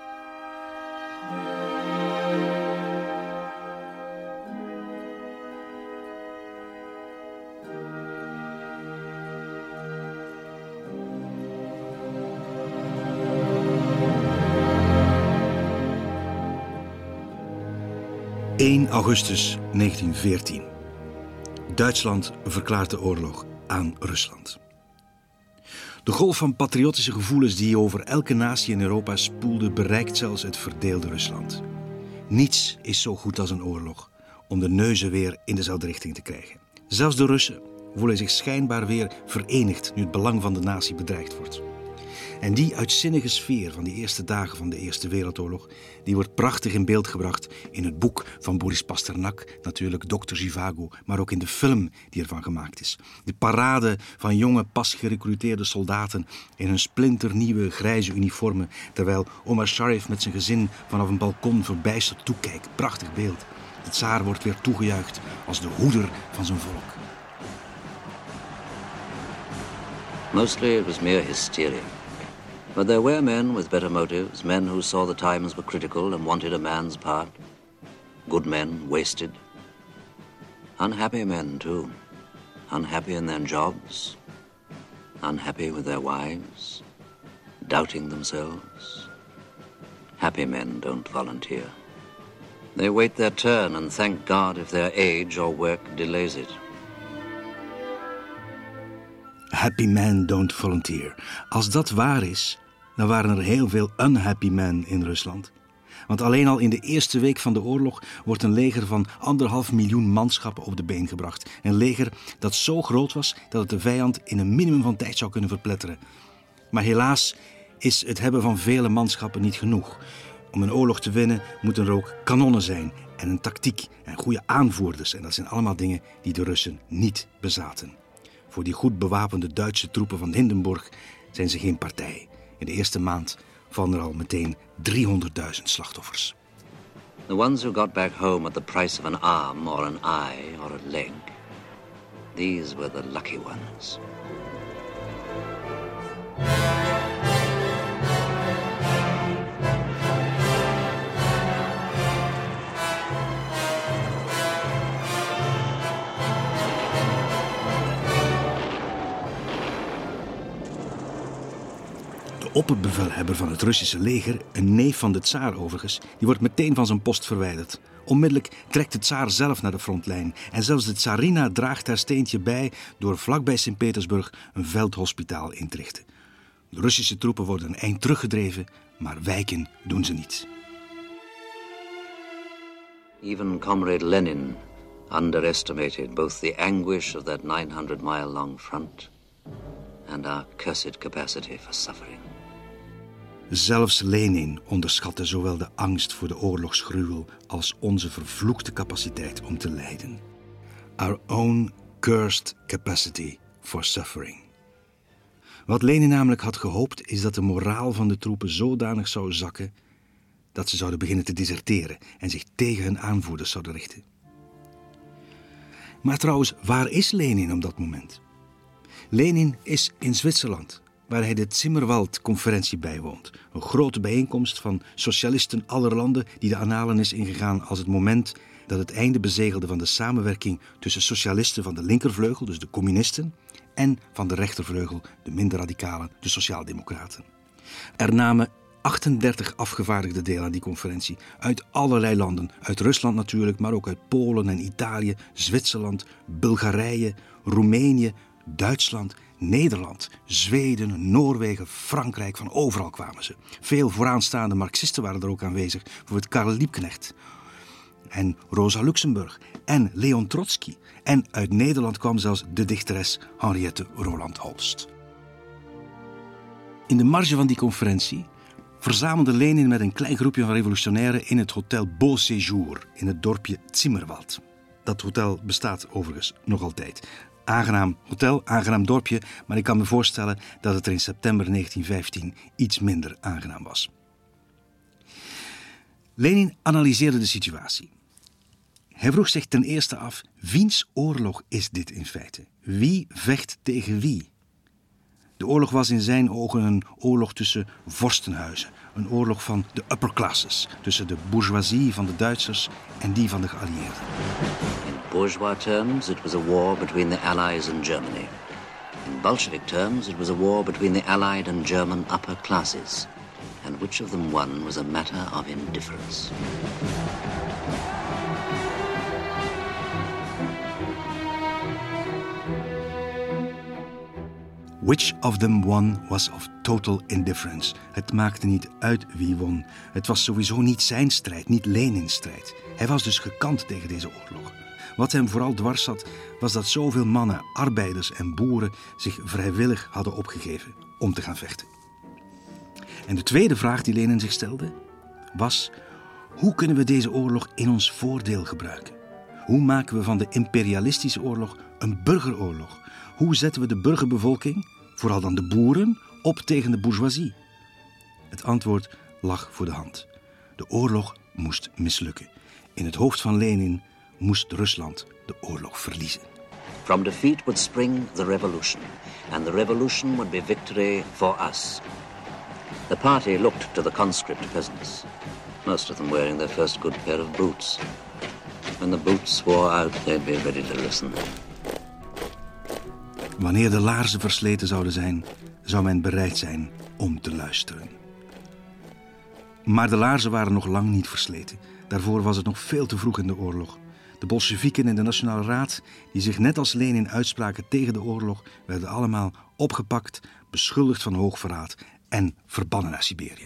één augustus negentien veertien. Duitsland verklaart de oorlog aan Rusland. De golf van patriotische gevoelens die over elke natie in Europa spoelde, bereikt zelfs het verdeelde Rusland. Niets is zo goed als een oorlog om de neuzen weer in dezelfde richting te krijgen. Zelfs de Russen voelen zich schijnbaar weer verenigd nu het belang van de natie bedreigd wordt. En die uitzinnige sfeer van die eerste dagen van de Eerste Wereldoorlog, die wordt prachtig in beeld gebracht in het boek van Boris Pasternak, natuurlijk dokter Zhivago, maar ook in de film die ervan gemaakt is. De parade van jonge, pas gerecruiteerde soldaten in hun splinternieuwe grijze uniformen, terwijl Omar Sharif met zijn gezin vanaf een balkon verbijsterd toekijkt. Prachtig beeld. De tsaar wordt weer toegejuicht als de hoeder van zijn volk. Mostly it was mere hysteria. But there were men with better motives, men who saw the times were critical and wanted a man's part. Good men wasted. Unhappy men, too. Unhappy in their jobs. Unhappy with their wives. Doubting themselves. Happy men don't volunteer. They wait their turn and thank God if their age or work delays it. Happy men don't volunteer. Als dat waar is, dan waren er heel veel unhappy men in Rusland. Want alleen al in de eerste week van de oorlog wordt een leger van anderhalf miljoen manschappen op de been gebracht. Een leger dat zo groot was dat het de vijand in een minimum van tijd zou kunnen verpletteren. Maar helaas is het hebben van vele manschappen niet genoeg. Om een oorlog te winnen moeten er ook kanonnen zijn en een tactiek en goede aanvoerders. En dat zijn allemaal dingen die de Russen niet bezaten. Voor die goed bewapende Duitse troepen van Hindenburg zijn ze geen partij. In de eerste maand vallen er al meteen driehonderdduizend slachtoffers. The ones who got back home at the price of an arm or an eye or a leg, these were the lucky ones. De opperbevelhebber van het Russische leger, een neef van de tsaar overigens, die wordt meteen van zijn post verwijderd. Onmiddellijk trekt de tsaar zelf naar de frontlijn. En zelfs de tsarina draagt haar steentje bij door vlakbij Sint-Petersburg een veldhospitaal in te richten. De Russische troepen worden een eind teruggedreven, maar wijken doen ze niet. Even Comrade Lenin underestimated both the anguish of that nine hundred mile long front and our cursed capacity for suffering. Zelfs Lenin onderschatte zowel de angst voor de oorlogsgruwel als onze vervloekte capaciteit om te lijden. Our own cursed capacity for suffering. Wat Lenin namelijk had gehoopt is dat de moraal van de troepen zodanig zou zakken dat ze zouden beginnen te deserteren en zich tegen hun aanvoerders zouden richten. Maar trouwens, waar is Lenin op dat moment? Lenin is in Zwitserland, waar hij de Zimmerwald-conferentie bijwoont. Een grote bijeenkomst van socialisten aller landen die de annalen is ingegaan als het moment dat het einde bezegelde van de samenwerking tussen socialisten van de linkervleugel, dus de communisten, en van de rechtervleugel, de minder radicalen, de sociaaldemocraten. Er namen achtendertig afgevaardigden deel aan die conferentie, uit allerlei landen. Uit Rusland natuurlijk, maar ook uit Polen en Italië, Zwitserland, Bulgarije, Roemenië, Duitsland, Nederland, Zweden, Noorwegen, Frankrijk, van overal kwamen ze. Veel vooraanstaande Marxisten waren er ook aanwezig, bijvoorbeeld Karl Liebknecht en Rosa Luxemburg en Leon Trotsky. En uit Nederland kwam zelfs de dichteres Henriette Roland-Holst. In de marge van die conferentie verzamelde Lenin met een klein groepje van revolutionairen in het hotel Beau Séjour in het dorpje Zimmerwald. Dat hotel bestaat overigens nog altijd. Aangenaam hotel, aangenaam dorpje, maar ik kan me voorstellen dat het er in september negentien vijftien iets minder aangenaam was. Lenin analyseerde de situatie. Hij vroeg zich ten eerste af, wiens oorlog is dit in feite? Wie vecht tegen wie? De oorlog was in zijn ogen een oorlog tussen vorstenhuizen. Een oorlog van de upper classes, tussen de bourgeoisie van de Duitsers en die van de geallieerden. In bourgeois terms, it was a war between the Allies and Germany. In Bolshevik terms, it was a war between the Allied and German upper classes. And which of them won was a matter of indifference. Which of them won was of total indifference. Het maakte niet uit wie won. Het was sowieso niet zijn strijd, niet Lenins strijd. Hij was dus gekant tegen deze oorlog. Wat hem vooral dwars zat, was dat zoveel mannen, arbeiders en boeren zich vrijwillig hadden opgegeven om te gaan vechten. En de tweede vraag die Lenin zich stelde, was: hoe kunnen we deze oorlog in ons voordeel gebruiken? Hoe maken we van de imperialistische oorlog een burgeroorlog? Hoe zetten we de burgerbevolking, vooral dan de boeren, op tegen de bourgeoisie? Het antwoord lag voor de hand. De oorlog moest mislukken. In het hoofd van Lenin moest Rusland de oorlog verliezen. From defeat would spring the revolution, and the revolution would be victory for us. The party looked to the conscript peasants, most of them wearing their first good pair of boots. When the boots wore out, they'd be ready to listen. Wanneer de laarzen versleten zouden zijn, zou men bereid zijn om te luisteren. Maar de laarzen waren nog lang niet versleten. Daarvoor was het nog veel te vroeg in de oorlog. De Bolsjewieken in de Nationale Raad, die zich net als Lenin uitspraken tegen de oorlog, werden allemaal opgepakt, beschuldigd van hoogverraad en verbannen naar Siberië.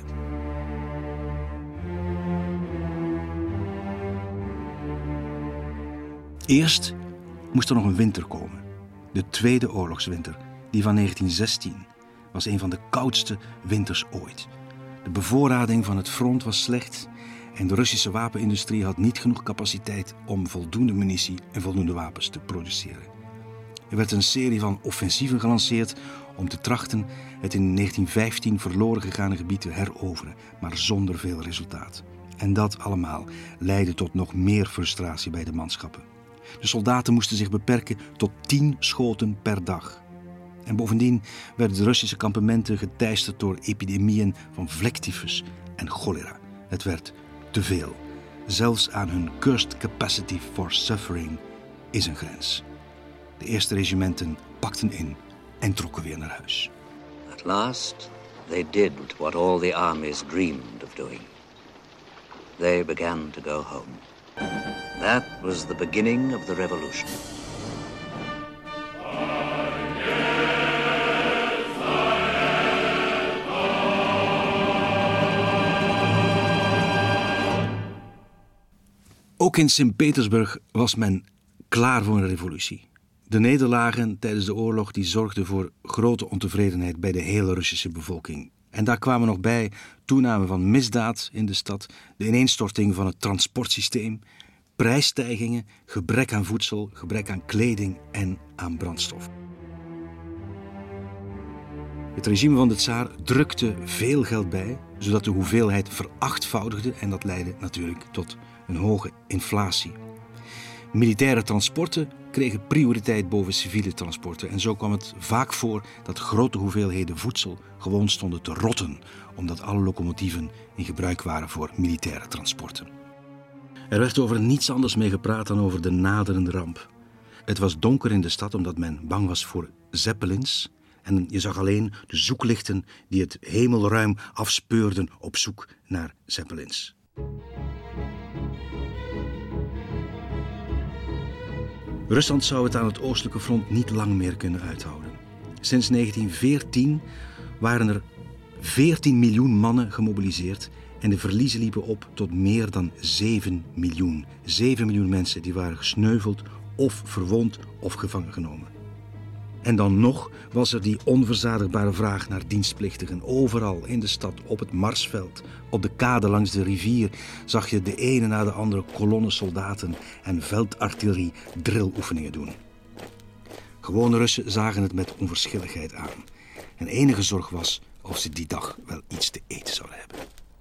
Eerst moest er nog een winter komen. De tweede oorlogswinter, die van negentien zestien, was een van de koudste winters ooit. De bevoorrading van het front was slecht en de Russische wapenindustrie had niet genoeg capaciteit om voldoende munitie en voldoende wapens te produceren. Er werd een serie van offensieven gelanceerd om te trachten het in negentien vijftien verloren gegaane gebied te heroveren, maar zonder veel resultaat. En dat allemaal leidde tot nog meer frustratie bij de manschappen. De soldaten moesten zich beperken tot tien schoten per dag. En bovendien werden de Russische kampementen geteisterd door epidemieën van vlektyfus en cholera. Het werd te veel. Zelfs aan hun cursed capacity for suffering is een grens. De eerste regimenten pakten in en trokken weer naar huis. At last, they did what all the armies dreamed of doing. They began to go home. That was the beginning of the revolution. Ook in Sint-Petersburg was men klaar voor een revolutie. De nederlagen tijdens de oorlog die zorgden voor grote ontevredenheid bij de hele Russische bevolking. En daar kwamen nog bij toename van misdaad in de stad, de ineenstorting van het transportsysteem, prijsstijgingen, gebrek aan voedsel, gebrek aan kleding en aan brandstof. Het regime van de tsaar drukte veel geld bij, zodat de hoeveelheid verachtvoudigde en dat leidde natuurlijk tot een hoge inflatie. Militaire transporten kregen prioriteit boven civiele transporten en zo kwam het vaak voor dat grote hoeveelheden voedsel gewoon stonden te rotten, omdat alle locomotieven in gebruik waren voor militaire transporten. Er werd over niets anders mee gepraat dan over de naderende ramp. Het was donker in de stad omdat men bang was voor zeppelins en je zag alleen de zoeklichten die het hemelruim afspeurden op zoek naar zeppelins. Rusland zou het aan het oostelijke front niet lang meer kunnen uithouden. Sinds negentien veertien waren er veertien miljoen mannen gemobiliseerd en de verliezen liepen op tot meer dan zeven miljoen. zeven miljoen mensen die waren gesneuveld of verwond of gevangen genomen. En dan nog was er die onverzadigbare vraag naar dienstplichtigen. Overal in de stad, op het Marsveld, op de kade langs de rivier, zag je de ene na de andere kolonne soldaten en veldartillerie drilloefeningen doen. Gewone Russen zagen het met onverschilligheid aan. En enige zorg was of ze die dag wel iets te eten zouden hebben.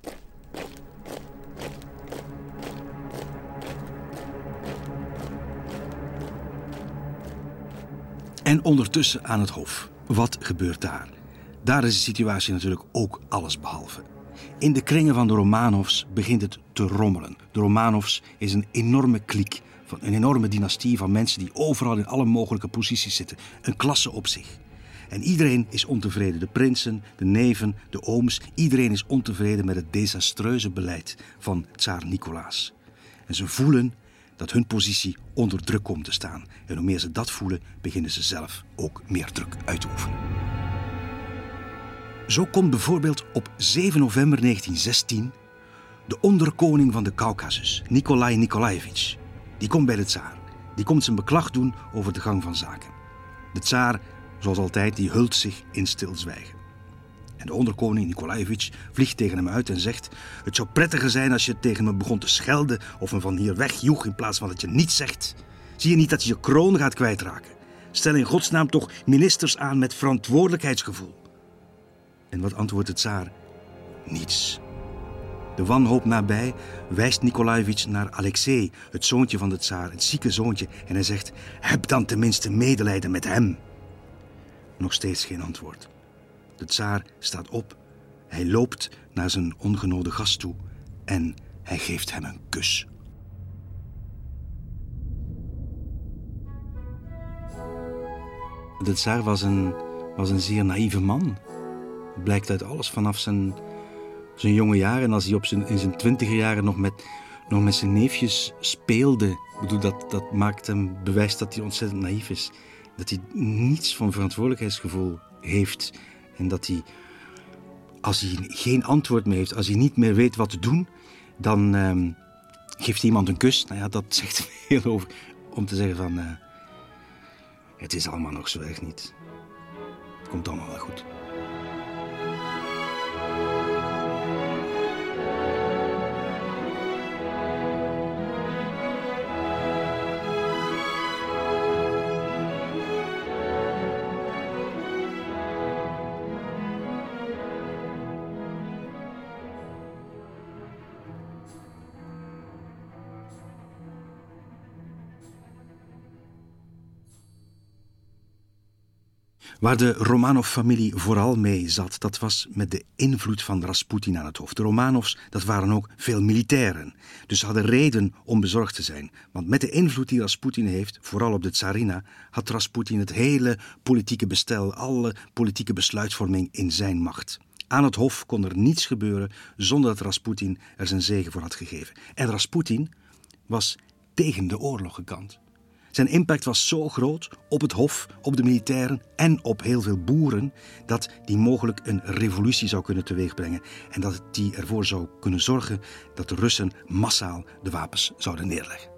En ondertussen aan het hof. Wat gebeurt daar? Daar is de situatie natuurlijk ook allesbehalve. In de kringen van de Romanovs begint het te rommelen. De Romanovs is een enorme kliek, van een enorme dynastie van mensen die overal in alle mogelijke posities zitten. Een klasse op zich. En iedereen is ontevreden. De prinsen, de neven, de ooms. Iedereen is ontevreden met het desastreuze beleid van tsaar Nicolaas. En ze voelen dat hun positie onder druk komt te staan. En hoe meer ze dat voelen, beginnen ze zelf ook meer druk uit te oefenen. Zo komt bijvoorbeeld op zeven november negentien zestien de onderkoning van de Caucasus, Nikolai Nikolaevich. Die komt bij de tsaar. Die komt zijn beklag doen over de gang van zaken. De tsaar, zoals altijd, die hult zich in stilzwijgen. En de onderkoning Nikolaevich vliegt tegen hem uit en zegt: het zou prettiger zijn als je tegen me begon te schelden of me van hier wegjoeg in plaats van dat je niets zegt. Zie je niet dat je je kroon gaat kwijtraken? Stel in godsnaam toch ministers aan met verantwoordelijkheidsgevoel. En wat antwoordt de tsaar? Niets. De wanhoop nabij wijst Nikolaevich naar Alexei, het zoontje van de tsaar, het zieke zoontje, en hij zegt: heb dan tenminste medelijden met hem. Nog steeds geen antwoord. De tsaar staat op, hij loopt naar zijn ongenode gast toe en hij geeft hem een kus. De tsaar was een, was een zeer naïeve man. Het blijkt uit alles vanaf zijn, zijn jonge jaren. En als hij op zijn, in zijn twintiger jaren nog met, nog met zijn neefjes speelde, ik bedoel, dat, dat maakt hem bewijst dat hij ontzettend naïef is. Dat hij niets van verantwoordelijkheidsgevoel heeft. En dat hij, als hij geen antwoord meer heeft, als hij niet meer weet wat te doen, dan uh, geeft hij iemand een kus. Nou ja, dat zegt heel over om te zeggen van, uh, het is allemaal nog zo erg niet. Het komt allemaal wel goed. Waar de Romanov-familie vooral mee zat, dat was met de invloed van Rasputin aan het hoofd. De Romanovs, dat waren ook veel militairen. Dus ze hadden reden om bezorgd te zijn. Want met de invloed die Rasputin heeft, vooral op de tsarina, had Rasputin het hele politieke bestel, alle politieke besluitvorming in zijn macht. Aan het hof kon er niets gebeuren zonder dat Rasputin er zijn zegen voor had gegeven. En Rasputin was tegen de oorlog gekant. Zijn impact was zo groot op het hof, op de militairen en op heel veel boeren, dat die mogelijk een revolutie zou kunnen teweegbrengen en dat die ervoor zou kunnen zorgen dat de Russen massaal de wapens zouden neerleggen.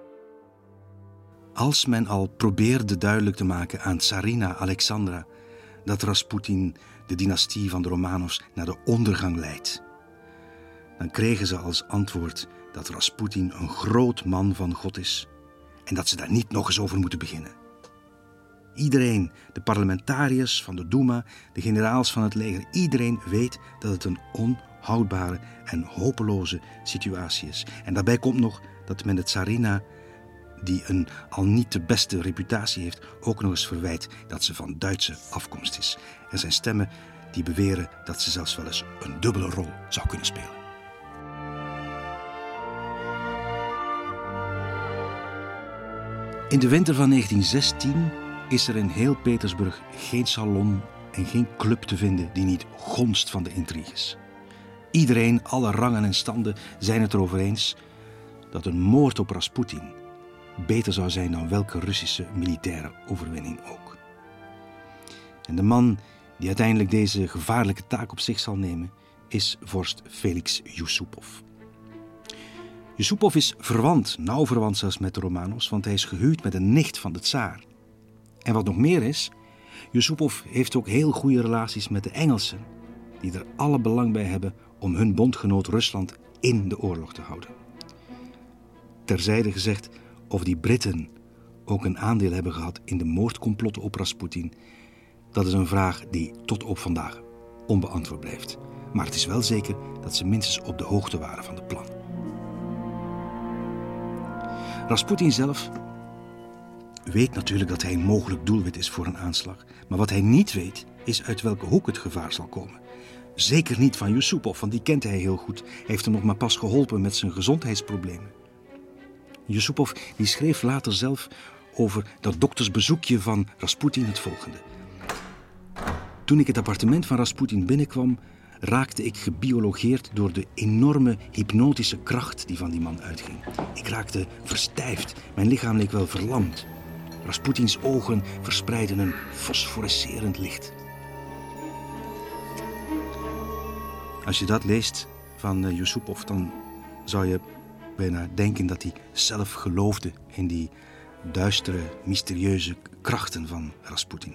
Als men al probeerde duidelijk te maken aan tsarina Alexandra dat Rasputin de dynastie van de Romanovs naar de ondergang leidt, dan kregen ze als antwoord dat Rasputin een groot man van God is en dat ze daar niet nog eens over moeten beginnen. Iedereen, de parlementariërs van de Duma, de generaals van het leger, iedereen weet dat het een onhoudbare en hopeloze situatie is. En daarbij komt nog dat men de tsarina, die een al niet de beste reputatie heeft, ook nog eens verwijt dat ze van Duitse afkomst is. Er zijn stemmen die beweren dat ze zelfs wel eens een dubbele rol zou kunnen spelen. In de winter van negentien zestien is er in heel Petersburg geen salon en geen club te vinden die niet gonst van de intriges. Iedereen, alle rangen en standen, zijn het erover eens dat een moord op Rasputin beter zou zijn dan welke Russische militaire overwinning ook. En de man die uiteindelijk deze gevaarlijke taak op zich zal nemen is vorst Felix Yusupov. Yusupov is verwant, nauw verwant zelfs met de Romanovs, want hij is gehuwd met een nicht van de tsaar. En wat nog meer is, Yusupov heeft ook heel goede relaties met de Engelsen, die er alle belang bij hebben om hun bondgenoot Rusland in de oorlog te houden. Terzijde gezegd, of die Britten ook een aandeel hebben gehad in de moordcomplotten op Rasputin, dat is een vraag die tot op vandaag onbeantwoord blijft. Maar het is wel zeker dat ze minstens op de hoogte waren van de plannen. Rasputin zelf weet natuurlijk dat hij een mogelijk doelwit is voor een aanslag. Maar wat hij niet weet, is uit welke hoek het gevaar zal komen. Zeker niet van Yusupov, want die kent hij heel goed. Hij heeft hem nog maar pas geholpen met zijn gezondheidsproblemen. Yusupov die schreef later zelf over dat doktersbezoekje van Rasputin het volgende. Toen ik het appartement van Rasputin binnenkwam, raakte ik gebiologeerd door de enorme hypnotische kracht die van die man uitging. Ik raakte verstijfd, mijn lichaam leek wel verlamd. Rasputins ogen verspreidden een fosforescerend licht. Als je dat leest van uh, Yusupov, dan zou je bijna denken dat hij zelf geloofde in die duistere, mysterieuze krachten van Rasputin.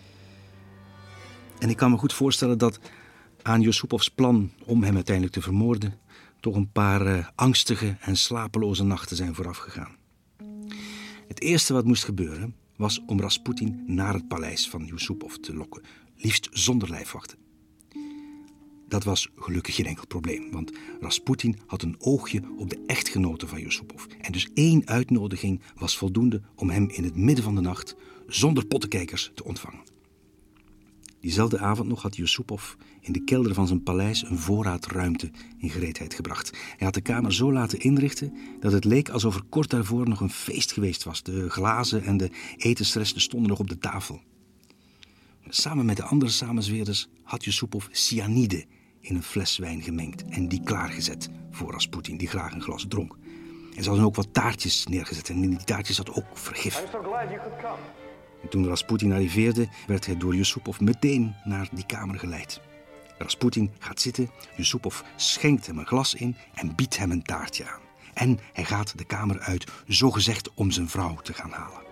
En ik kan me goed voorstellen dat aan Yusupovs plan om hem uiteindelijk te vermoorden toch een paar uh, angstige en slapeloze nachten zijn voorafgegaan. Het eerste wat moest gebeuren was om Rasputin naar het paleis van Yusupov te lokken, liefst zonder lijfwachten. Dat was gelukkig geen enkel probleem, want Rasputin had een oogje op de echtgenote van Yusupov. En dus één uitnodiging was voldoende om hem in het midden van de nacht zonder pottenkijkers te ontvangen. Diezelfde avond nog had Yusupov in de kelder van zijn paleis een voorraadruimte in gereedheid gebracht. Hij had de kamer zo laten inrichten dat het leek alsof er kort daarvoor nog een feest geweest was. De glazen en de etensresten stonden nog op de tafel. Samen met de andere samenzweerders had Yusupov cyanide in een fles wijn gemengd en die klaargezet voor Rasputin, die graag een glas dronk. En ze hadden ook wat taartjes neergezet en in die taartjes zat ook vergif. En toen Rasputin arriveerde, werd hij door Yusupov meteen naar die kamer geleid. Rasputin gaat zitten, Yusupov schenkt hem een glas in en biedt hem een taartje aan. En hij gaat de kamer uit, zogezegd om zijn vrouw te gaan halen.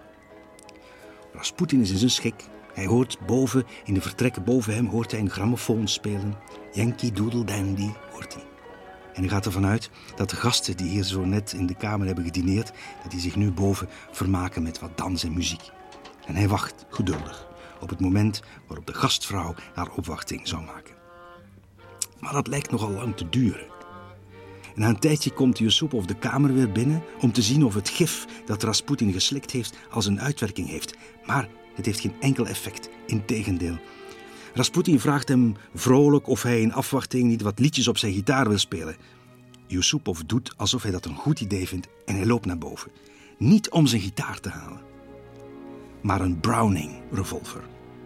Rasputin is in zijn schik. Hij hoort boven, in de vertrekken boven hem, hoort hij een grammofoon spelen. Yankee Doodle Dandy, hoort hij. En hij gaat ervan uit dat de gasten die hier zo net in de kamer hebben gedineerd, dat die zich nu boven vermaken met wat dans en muziek. En hij wacht geduldig op het moment waarop de gastvrouw haar opwachting zou maken. Maar dat lijkt nogal lang te duren. En na een tijdje komt Yusupov de kamer weer binnen om te zien of het gif dat Rasputin geslikt heeft als een uitwerking heeft. Maar het heeft geen enkel effect, integendeel. Rasputin vraagt hem vrolijk of hij in afwachting niet wat liedjes op zijn gitaar wil spelen. Yusupov doet alsof hij dat een goed idee vindt en hij loopt naar boven. Niet om zijn gitaar te halen, maar een Browning-revolver.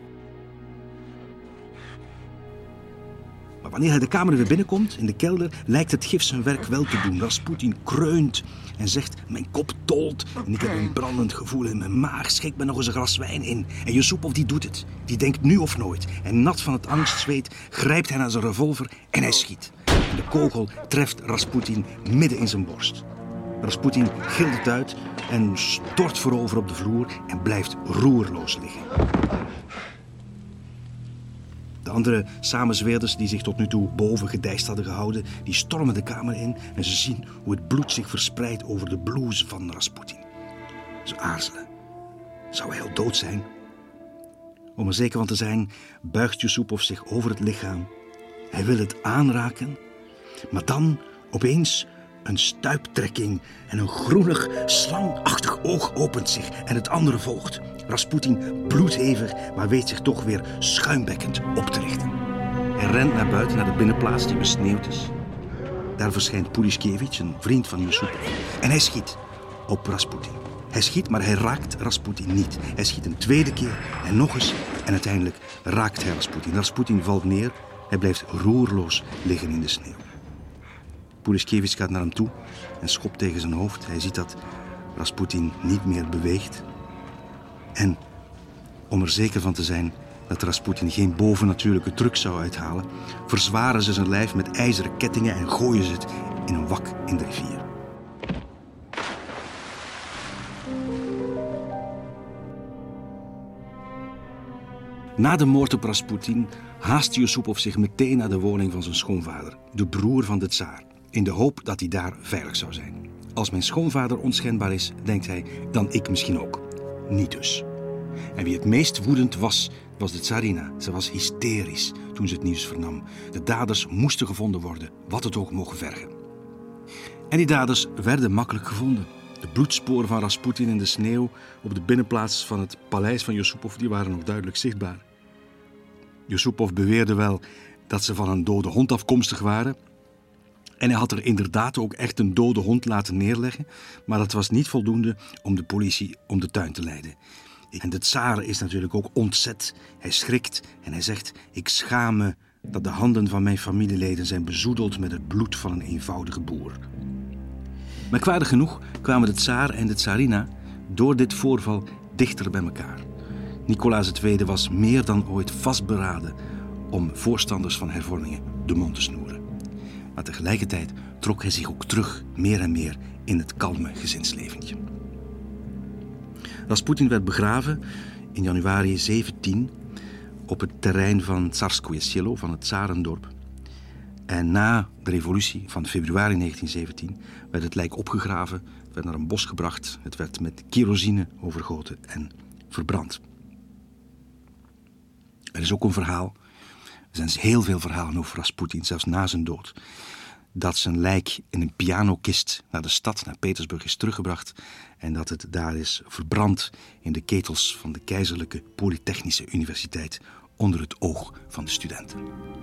Maar wanneer hij de kamer weer binnenkomt, in de kelder, lijkt het gif zijn werk wel te doen. Rasputin kreunt en zegt, mijn kop tolt en ik heb een brandend gevoel in mijn maag. Schenk me nog eens een glas wijn in. En Yusupov die doet het. Die denkt nu of nooit. En nat van het angstzweet grijpt hij naar zijn revolver en hij schiet. En de kogel treft Rasputin midden in zijn borst. Rasputin gilt het uit en stort voorover op de vloer en blijft roerloos liggen. De andere samenzweerders die zich tot nu toe boven gedijst hadden gehouden, die stormen de kamer in en ze zien hoe het bloed zich verspreidt over de blouse van Rasputin. Ze aarzelen. Zou hij al dood zijn? Om er zeker van te zijn, buigt Yusupov zich over het lichaam. Hij wil het aanraken, maar dan opeens een stuiptrekking en een groenig, slangachtig oog opent zich en het andere volgt. Rasputin bloedhevig, maar weet zich toch weer schuimbekkend op te richten. Hij rent naar buiten, naar de binnenplaats die besneeuwd is. Daar verschijnt Purishkevich, een vriend van Yusupov. En hij schiet op Rasputin. Hij schiet, maar hij raakt Rasputin niet. Hij schiet een tweede keer en nog eens. En uiteindelijk raakt hij Rasputin. Rasputin valt neer. Hij blijft roerloos liggen in de sneeuw. Purishkevich gaat naar hem toe en schopt tegen zijn hoofd. Hij ziet dat Rasputin niet meer beweegt. En om er zeker van te zijn dat Rasputin geen bovennatuurlijke truc zou uithalen, verzwaren ze zijn lijf met ijzeren kettingen en gooien ze het in een wak in de rivier. Na de moord op Rasputin haast Yusupov zich meteen naar de woning van zijn schoonvader, de broer van de tsaar, in de hoop dat hij daar veilig zou zijn. Als mijn schoonvader onschendbaar is, denkt hij, dan ik misschien ook. Niet dus. En wie het meest woedend was, was de tsarina. Ze was hysterisch toen ze het nieuws vernam. De daders moesten gevonden worden, wat het ook mocht vergen. En die daders werden makkelijk gevonden. De bloedsporen van Rasputin in de sneeuw op de binnenplaats van het paleis van Yusupov, die waren nog duidelijk zichtbaar. Yusupov beweerde wel dat ze van een dode hond afkomstig waren. En hij had er inderdaad ook echt een dode hond laten neerleggen, maar dat was niet voldoende om de politie om de tuin te leiden. En de tsaar is natuurlijk ook ontzet. Hij schrikt en hij zegt, ik schaam me dat de handen van mijn familieleden zijn bezoedeld met het bloed van een eenvoudige boer. Merkwaardig genoeg kwamen de tsaar en de tsarina door dit voorval dichter bij elkaar. Nicolaas de Tweede was meer dan ooit vastberaden om voorstanders van hervormingen de mond te snoeren. Maar tegelijkertijd trok hij zich ook terug, meer en meer, in het kalme gezinsleventje. Rasputin werd begraven in januari zeventien op het terrein van Tsarskoye Selo, van het Tsarendorp. En na de revolutie van februari negentien zeventien werd het lijk opgegraven, het werd naar een bos gebracht, het werd met kerosine overgoten en verbrand. Er is ook een verhaal, er zijn heel veel verhalen over Rasputin, zelfs na zijn dood, dat zijn lijk in een pianokist naar de stad, naar Petersburg, is teruggebracht en dat het daar is verbrand in de ketels van de Keizerlijke Polytechnische Universiteit onder het oog van de studenten.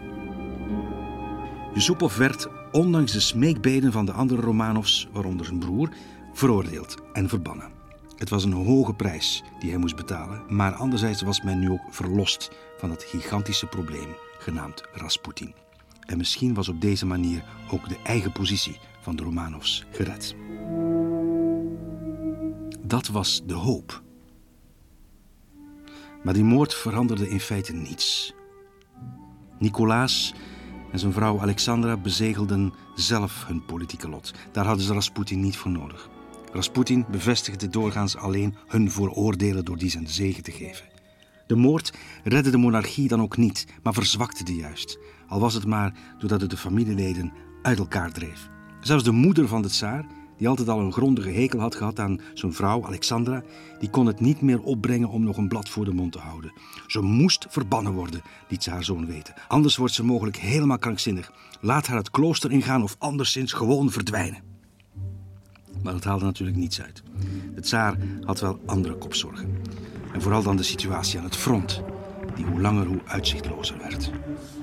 Yusupov werd, ondanks de smeekbeden van de andere Romanovs, waaronder zijn broer, veroordeeld en verbannen. Het was een hoge prijs die hij moest betalen, maar anderzijds was men nu ook verlost van dat gigantische probleem genaamd Rasputin. En misschien was op deze manier ook de eigen positie van de Romanovs gered. Dat was de hoop. Maar die moord veranderde in feite niets. Nicolaas en zijn vrouw Alexandra bezegelden zelf hun politieke lot. Daar hadden ze Rasputin niet voor nodig. Rasputin bevestigde doorgaans alleen hun vooroordelen door die zijn zegen te geven. De moord redde de monarchie dan ook niet, maar verzwakte die juist. Al was het maar doordat het de familieleden uit elkaar dreef. Zelfs de moeder van de tsaar, die altijd al een grondige hekel had gehad aan zijn vrouw Alexandra, die kon het niet meer opbrengen om nog een blad voor de mond te houden. Ze moest verbannen worden, liet ze haar zoon weten. Anders wordt ze mogelijk helemaal krankzinnig. Laat haar het klooster ingaan of anderszins gewoon verdwijnen. Maar dat haalde natuurlijk niets uit. De tsaar had wel andere kopzorgen. En vooral dan de situatie aan het front, die hoe langer hoe uitzichtlozer werd.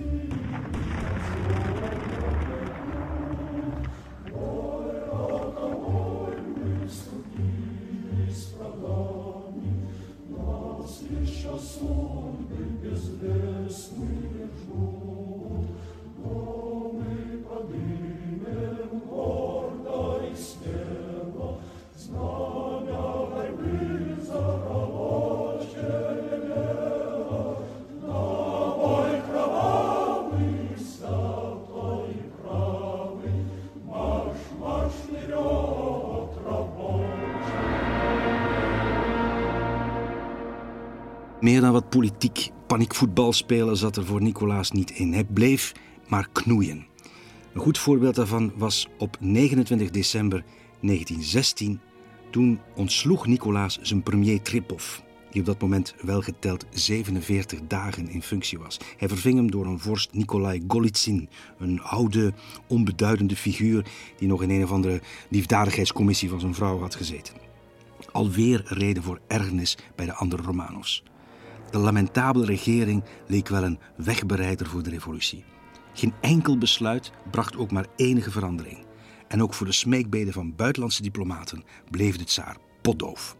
Meer dan wat politiek paniekvoetbal spelen zat er voor Nicolaas niet in. Hij bleef maar knoeien. Een goed voorbeeld daarvan was op negenentwintig december negentien zestien. Toen ontsloeg Nicolaas zijn premier Tripov, die op dat moment welgeteld zevenenveertig dagen in functie was. Hij verving hem door een vorst Nikolai Golitsyn, een oude, onbeduidende figuur die nog in een of andere liefdadigheidscommissie van zijn vrouw had gezeten. Alweer reden voor ergernis bij de andere Romanovs. De lamentabele regering leek wel een wegbereider voor de revolutie. Geen enkel besluit bracht ook maar enige verandering. En ook voor de smeekbeden van buitenlandse diplomaten bleef de tsaar potdoof.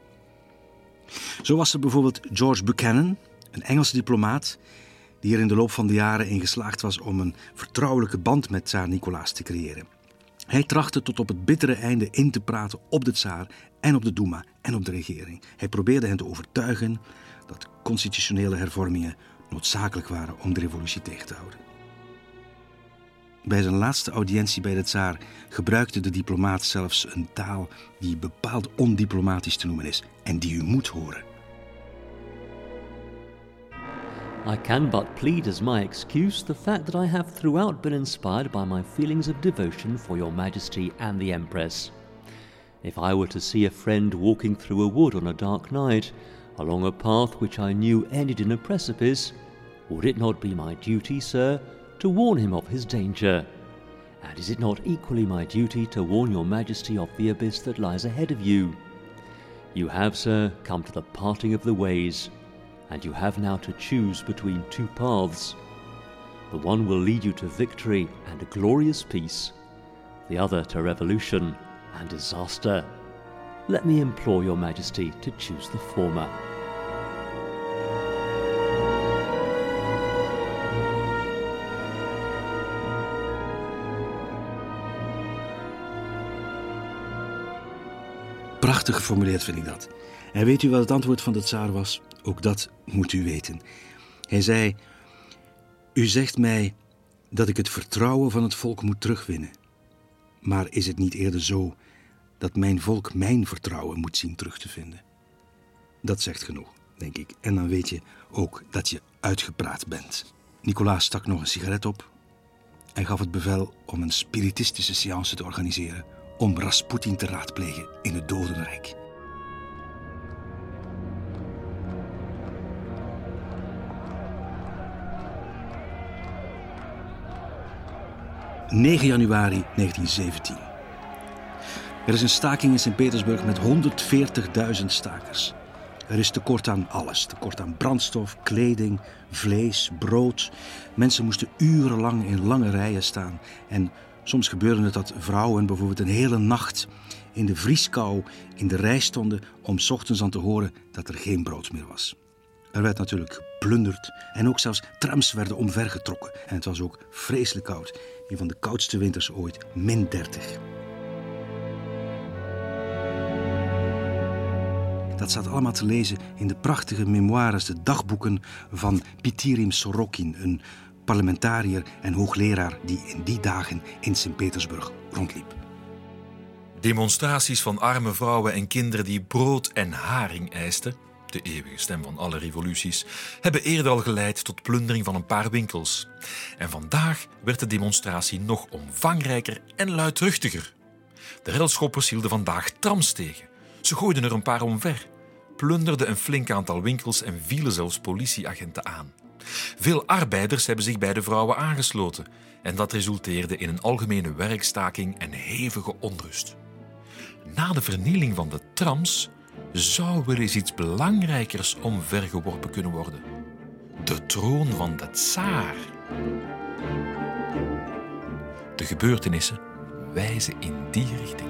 Zo was er bijvoorbeeld George Buchanan, een Engelse diplomaat, die er in de loop van de jaren in geslaagd was om een vertrouwelijke band met tsaar Nicolaas te creëren. Hij trachtte tot op het bittere einde in te praten op de tsaar en op de Duma en op de regering. Hij probeerde hen te overtuigen dat constitutionele hervormingen noodzakelijk waren om de revolutie tegen te houden. Bij zijn laatste audiëntie bij de tsaar gebruikte de diplomaat zelfs een taal die bepaald ondiplomatisch te noemen is en die u moet horen. I can but plead as my excuse the fact that I have throughout been inspired by my feelings of devotion for your Majesty and the Empress. If I were to see a friend walking through a wood on a dark night, along a path which I knew ended in a precipice, would it not be my duty, sir, to warn him of his danger? And is it not equally my duty to warn your Majesty of the abyss that lies ahead of you? You have, sir, come to the parting of the ways, and you have now to choose between two paths. The one will lead you to victory and a glorious peace, the other to revolution and disaster. Let me implore your Majesty to choose the former. Prachtig geformuleerd vind ik dat. En weet u wat het antwoord van de tsaar was? Ook dat moet u weten. Hij zei: u zegt mij dat ik het vertrouwen van het volk moet terugwinnen. Maar is het niet eerder zo dat mijn volk mijn vertrouwen moet zien terug te vinden? Dat zegt genoeg, denk ik. En dan weet je ook dat je uitgepraat bent. Nicolaas stak nog een sigaret op en gaf het bevel om een spiritistische séance te organiseren om Rasputin te raadplegen in het dodenrijk. negen januari negentien zeventien. Er is een staking in Sint-Petersburg met honderdveertigduizend stakers. Er is tekort aan alles. Tekort aan brandstof, kleding, vlees, brood. Mensen moesten urenlang in lange rijen staan. En soms gebeurde het dat vrouwen bijvoorbeeld een hele nacht in de vrieskou in de rij stonden om 's ochtends aan te horen dat er geen brood meer was. Er werd natuurlijk geplunderd en ook zelfs trams werden omvergetrokken. En het was ook vreselijk koud. Een van de koudste winters ooit, min dertig. Dat staat allemaal te lezen in de prachtige memoires, de dagboeken van Pitirim Sorokin, een parlementariër en hoogleraar die in die dagen in Sint-Petersburg rondliep. Demonstraties van arme vrouwen en kinderen die brood en haring eisten, de eeuwige stem van alle revoluties, hebben eerder al geleid tot plundering van een paar winkels. En vandaag werd de demonstratie nog omvangrijker en luidruchtiger. De relschoppers hielden vandaag trams tegen. Ze gooiden er een paar omver, plunderden een flink aantal winkels en vielen zelfs politieagenten aan. Veel arbeiders hebben zich bij de vrouwen aangesloten en dat resulteerde in een algemene werkstaking en hevige onrust. Na de vernieling van de trams zou wel eens iets belangrijkers omvergeworpen kunnen worden. De troon van de tsaar. De gebeurtenissen wijzen in die richting.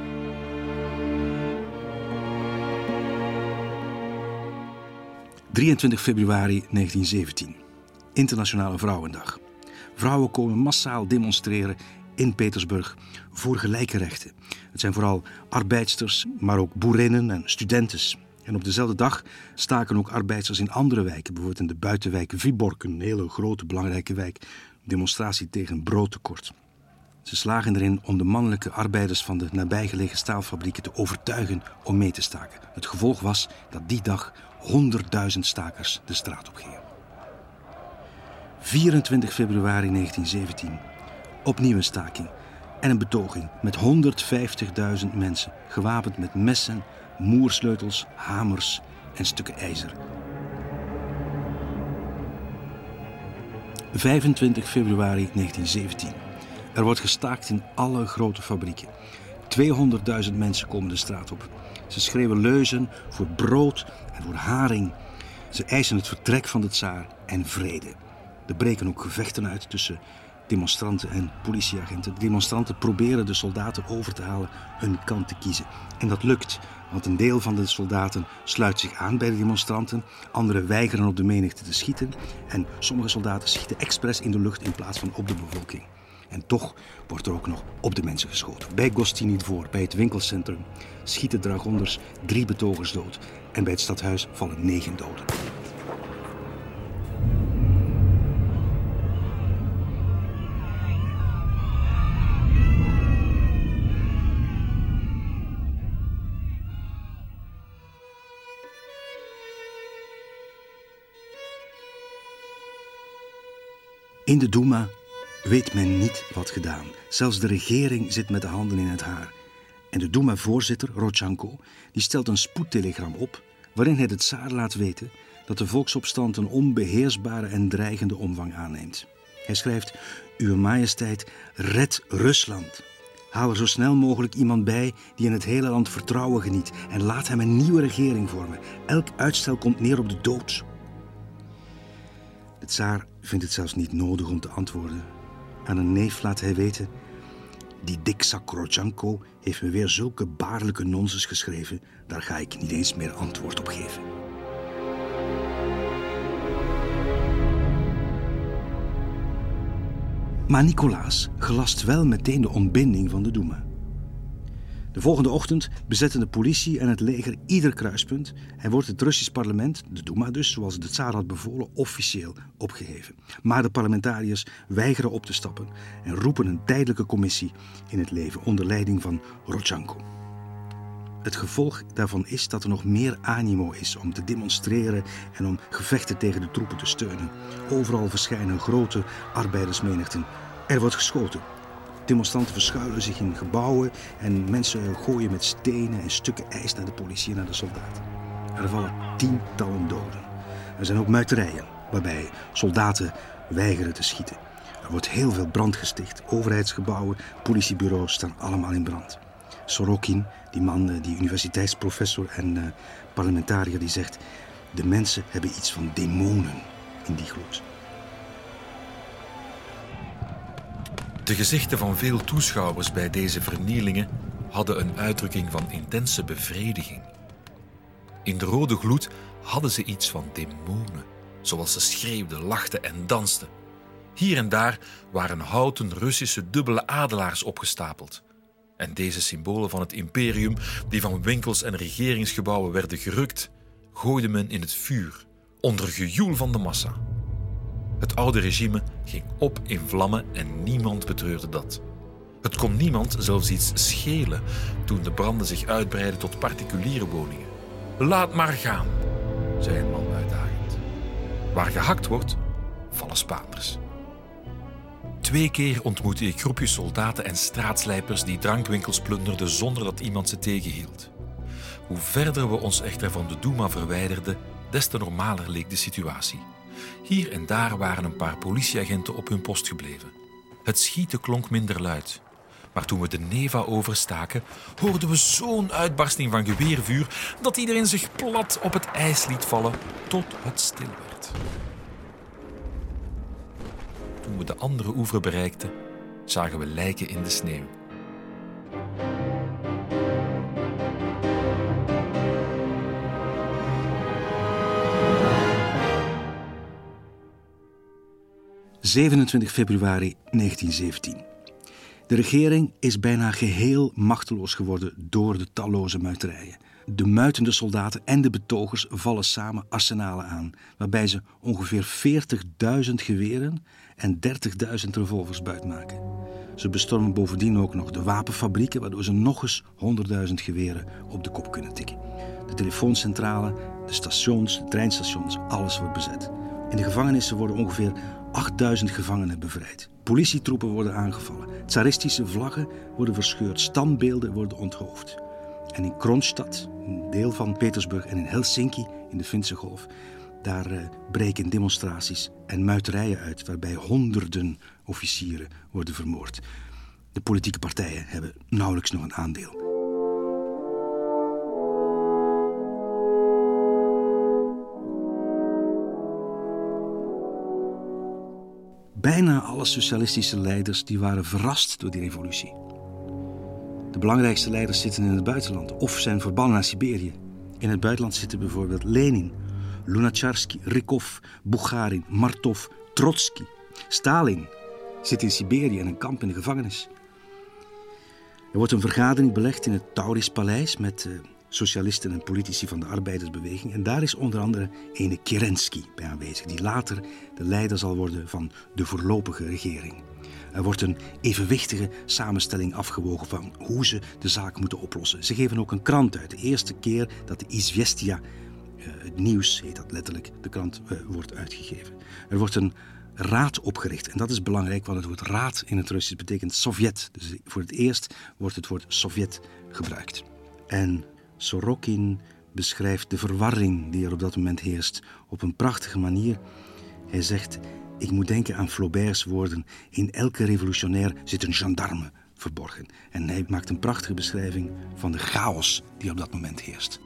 drieëntwintig februari negentien zeventien. Internationale Vrouwendag. Vrouwen komen massaal demonstreren in Petersburg voor gelijke rechten. Het zijn vooral arbeidsters, maar ook boerinnen en studentes. En op dezelfde dag staken ook arbeidsters in andere wijken, bijvoorbeeld in de buitenwijk Viborg, een hele grote belangrijke wijk, demonstratie tegen broodtekort. Ze slagen erin om de mannelijke arbeiders van de nabijgelegen staalfabrieken te overtuigen om mee te staken. Het gevolg was dat die dag honderdduizend stakers de straat op gingen. vierentwintig februari negentien zeventien. Opnieuw een staking en een betoging met honderdvijftigduizend mensen, gewapend met messen, moersleutels, hamers en stukken ijzer. vijfentwintig februari negentien zeventien. Er wordt gestaakt in alle grote fabrieken. tweehonderdduizend mensen komen de straat op. Ze schreeuwen leuzen voor brood en voor haring. Ze eisen het vertrek van de tsaar en vrede. Er breken ook gevechten uit tussen demonstranten en politieagenten. De demonstranten proberen de soldaten over te halen hun kant te kiezen. En dat lukt, want een deel van de soldaten sluit zich aan bij de demonstranten. Anderen weigeren op de menigte te schieten. En sommige soldaten schieten expres in de lucht in plaats van op de bevolking. En toch wordt er ook nog op de mensen geschoten. Bij Gostinny Dvor, bij het winkelcentrum, schieten dragonders drie betogers dood. En bij het stadhuis vallen negen doden. In de Duma weet men niet wat gedaan. Zelfs de regering zit met de handen in het haar. En de Duma-voorzitter, Rodchanko, die stelt een spoedtelegram op waarin hij de tsaar laat weten dat de volksopstand een onbeheersbare en dreigende omvang aanneemt. Hij schrijft: Uwe majesteit, red Rusland. Haal er zo snel mogelijk iemand bij die in het hele land vertrouwen geniet en laat hem een nieuwe regering vormen. Elk uitstel komt neer op de dood. De tsaar vindt het zelfs niet nodig om te antwoorden. Aan een neef laat hij weten: die dikzak Rodchanko heeft me weer zulke baarlijke nonsens geschreven, daar ga ik niet eens meer antwoord op geven. Maar Nicolaas gelast wel meteen de ontbinding van de Duma. De volgende ochtend bezetten de politie en het leger ieder kruispunt en wordt het Russisch parlement, de Duma dus, zoals de tsaar had bevolen, officieel opgeheven. Maar de parlementariërs weigeren op te stappen en roepen een tijdelijke commissie in het leven onder leiding van Rodchanko. Het gevolg daarvan is dat er nog meer animo is om te demonstreren en om gevechten tegen de troepen te steunen. Overal verschijnen grote arbeidersmenigten. Er wordt geschoten. Demonstranten verschuilen zich in gebouwen en mensen gooien met stenen en stukken ijs naar de politie en naar de soldaten. Er vallen tientallen doden. Er zijn ook muiterijen, waarbij soldaten weigeren te schieten. Er wordt heel veel brand gesticht. Overheidsgebouwen, politiebureaus staan allemaal in brand. Sorokin, die man, die universiteitsprofessor en uh, parlementariër, die zegt: de mensen hebben iets van demonen in die gloed. De gezichten van veel toeschouwers bij deze vernielingen hadden een uitdrukking van intense bevrediging. In de rode gloed hadden ze iets van demonen, zoals ze schreeuwden, lachten en dansten. Hier en daar waren houten Russische dubbele adelaars opgestapeld. En deze symbolen van het imperium, die van winkels en regeringsgebouwen werden gerukt, gooide men in het vuur, onder gejoel van de massa. Het oude regime ging op in vlammen en niemand betreurde dat. Het kon niemand zelfs iets schelen toen de branden zich uitbreidden tot particuliere woningen. Laat maar gaan, zei een man uitdagend. Waar gehakt wordt, vallen Spaanders. Twee keer ontmoette ik groepjes soldaten en straatslijpers die drankwinkels plunderden zonder dat iemand ze tegenhield. Hoe verder we ons echter van de Duma verwijderden, des te normaler leek de situatie. Hier en daar waren een paar politieagenten op hun post gebleven. Het schieten klonk minder luid. Maar toen we de Neva overstaken, hoorden we zo'n uitbarsting van geweervuur dat iedereen zich plat op het ijs liet vallen tot het stil werd. Toen we de andere oever bereikten, zagen we lijken in de sneeuw. zevenentwintig februari negentien zeventien. De regering is bijna geheel machteloos geworden door de talloze muiterijen. De muitende soldaten en de betogers vallen samen arsenalen aan, waarbij ze ongeveer veertigduizend geweren en dertigduizend revolvers buitmaken. Ze bestormen bovendien ook nog de wapenfabrieken, waardoor ze nog eens honderdduizend geweren op de kop kunnen tikken. De telefooncentrale, de stations, de treinstations, alles wordt bezet. In de gevangenissen worden ongeveer achtduizend gevangenen bevrijd. Politietroepen worden aangevallen. Tsaristische vlaggen worden verscheurd. Standbeelden worden onthoofd. En in Kronstadt, een deel van Petersburg, en in Helsinki, in de Finse golf, daar uh, breken demonstraties en muiterijen uit, waarbij honderden officieren worden vermoord. De politieke partijen hebben nauwelijks nog een aandeel. Bijna alle socialistische leiders die waren verrast door die revolutie. De belangrijkste leiders zitten in het buitenland of zijn verbannen naar Siberië. In het buitenland zitten bijvoorbeeld Lenin, Lunacharsky, Rykov, Bukharin, Martov, Trotsky. Stalin zit in Siberië in een kamp in de gevangenis. Er wordt een vergadering belegd in het Taurispaleis met uh, socialisten en politici van de arbeidersbeweging. En daar is onder andere ene Kerensky bij aanwezig, die later de leider zal worden van de voorlopige regering. Er wordt een evenwichtige samenstelling afgewogen van hoe ze de zaak moeten oplossen. Ze geven ook een krant uit. De eerste keer dat de Izvestia, uh, het nieuws heet dat letterlijk, de krant uh, wordt uitgegeven. Er wordt een raad opgericht. En dat is belangrijk, want het woord raad in het Russisch betekent Sovjet. Dus voor het eerst wordt het woord Sovjet gebruikt. En Sorokin beschrijft de verwarring die er op dat moment heerst op een prachtige manier. Hij zegt, ik moet denken aan Flaubert's woorden, in elke revolutionair zit een gendarme verborgen. En hij maakt een prachtige beschrijving van de chaos die op dat moment heerst.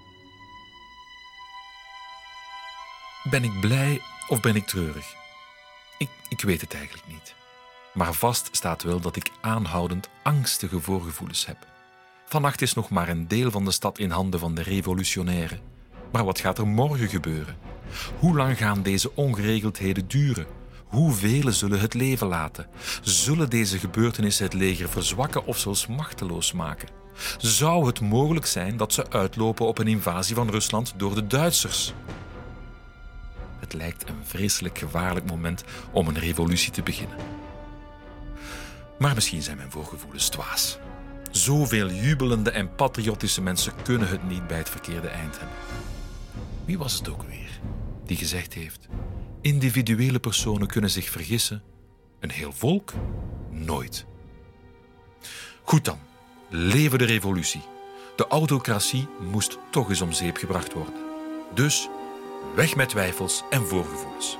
Ben ik blij of ben ik treurig? Ik, ik weet het eigenlijk niet. Maar vast staat wel dat ik aanhoudend angstige voorgevoelens heb. Vannacht is nog maar een deel van de stad in handen van de revolutionairen. Maar wat gaat er morgen gebeuren? Hoe lang gaan deze ongeregeldheden duren? Hoeveel zullen het leven laten? Zullen deze gebeurtenissen het leger verzwakken of zelfs machteloos maken? Zou het mogelijk zijn dat ze uitlopen op een invasie van Rusland door de Duitsers? Het lijkt een vreselijk gevaarlijk moment om een revolutie te beginnen. Maar misschien zijn mijn voorgevoelens dwaas. Zoveel jubelende en patriotische mensen kunnen het niet bij het verkeerde eind hebben. Wie was het ook weer die gezegd heeft: individuele personen kunnen zich vergissen, een heel volk nooit. Goed dan, leven de revolutie. De autocratie moest toch eens om zeep gebracht worden. Dus weg met twijfels en voorgevoelens.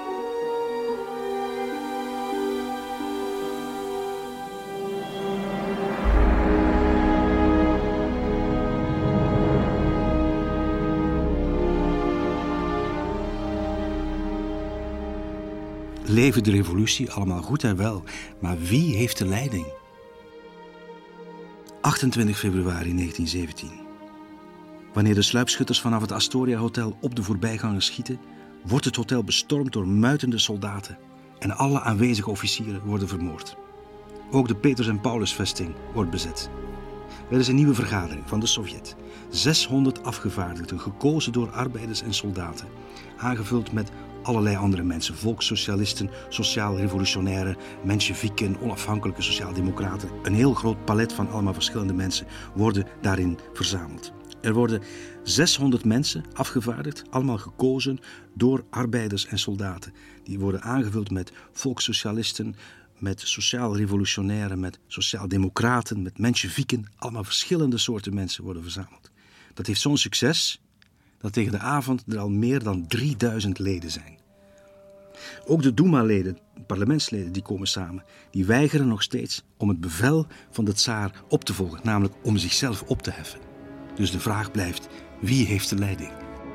Leven de revolutie, allemaal goed en wel. Maar wie heeft de leiding? achtentwintig februari negentien zeventien. Wanneer de sluipschutters vanaf het Astoria Hotel op de voorbijgangers schieten, wordt het hotel bestormd door muitende soldaten en alle aanwezige officieren worden vermoord. Ook de Petrus en Paulusvesting wordt bezet. Er is een nieuwe vergadering van de Sovjet. zeshonderd afgevaardigden, gekozen door arbeiders en soldaten, aangevuld met allerlei andere mensen, volkssocialisten, sociaal-revolutionairen, mensjevieken, onafhankelijke sociaaldemocraten. Een heel groot palet van allemaal verschillende mensen worden daarin verzameld. Er worden zeshonderd mensen afgevaardigd, allemaal gekozen door arbeiders en soldaten. Die worden aangevuld met volkssocialisten, met sociaal-revolutionairen, met sociaaldemocraten, met mensjevieken. Allemaal verschillende soorten mensen worden verzameld. Dat heeft zo'n succes dat tegen de avond er al meer dan drieduizend leden zijn. Ook de Duma-leden, parlementsleden, die komen samen. Die weigeren nog steeds om het bevel van de tsaar op te volgen, namelijk om zichzelf op te heffen. Dus de vraag blijft, wie heeft de leiding?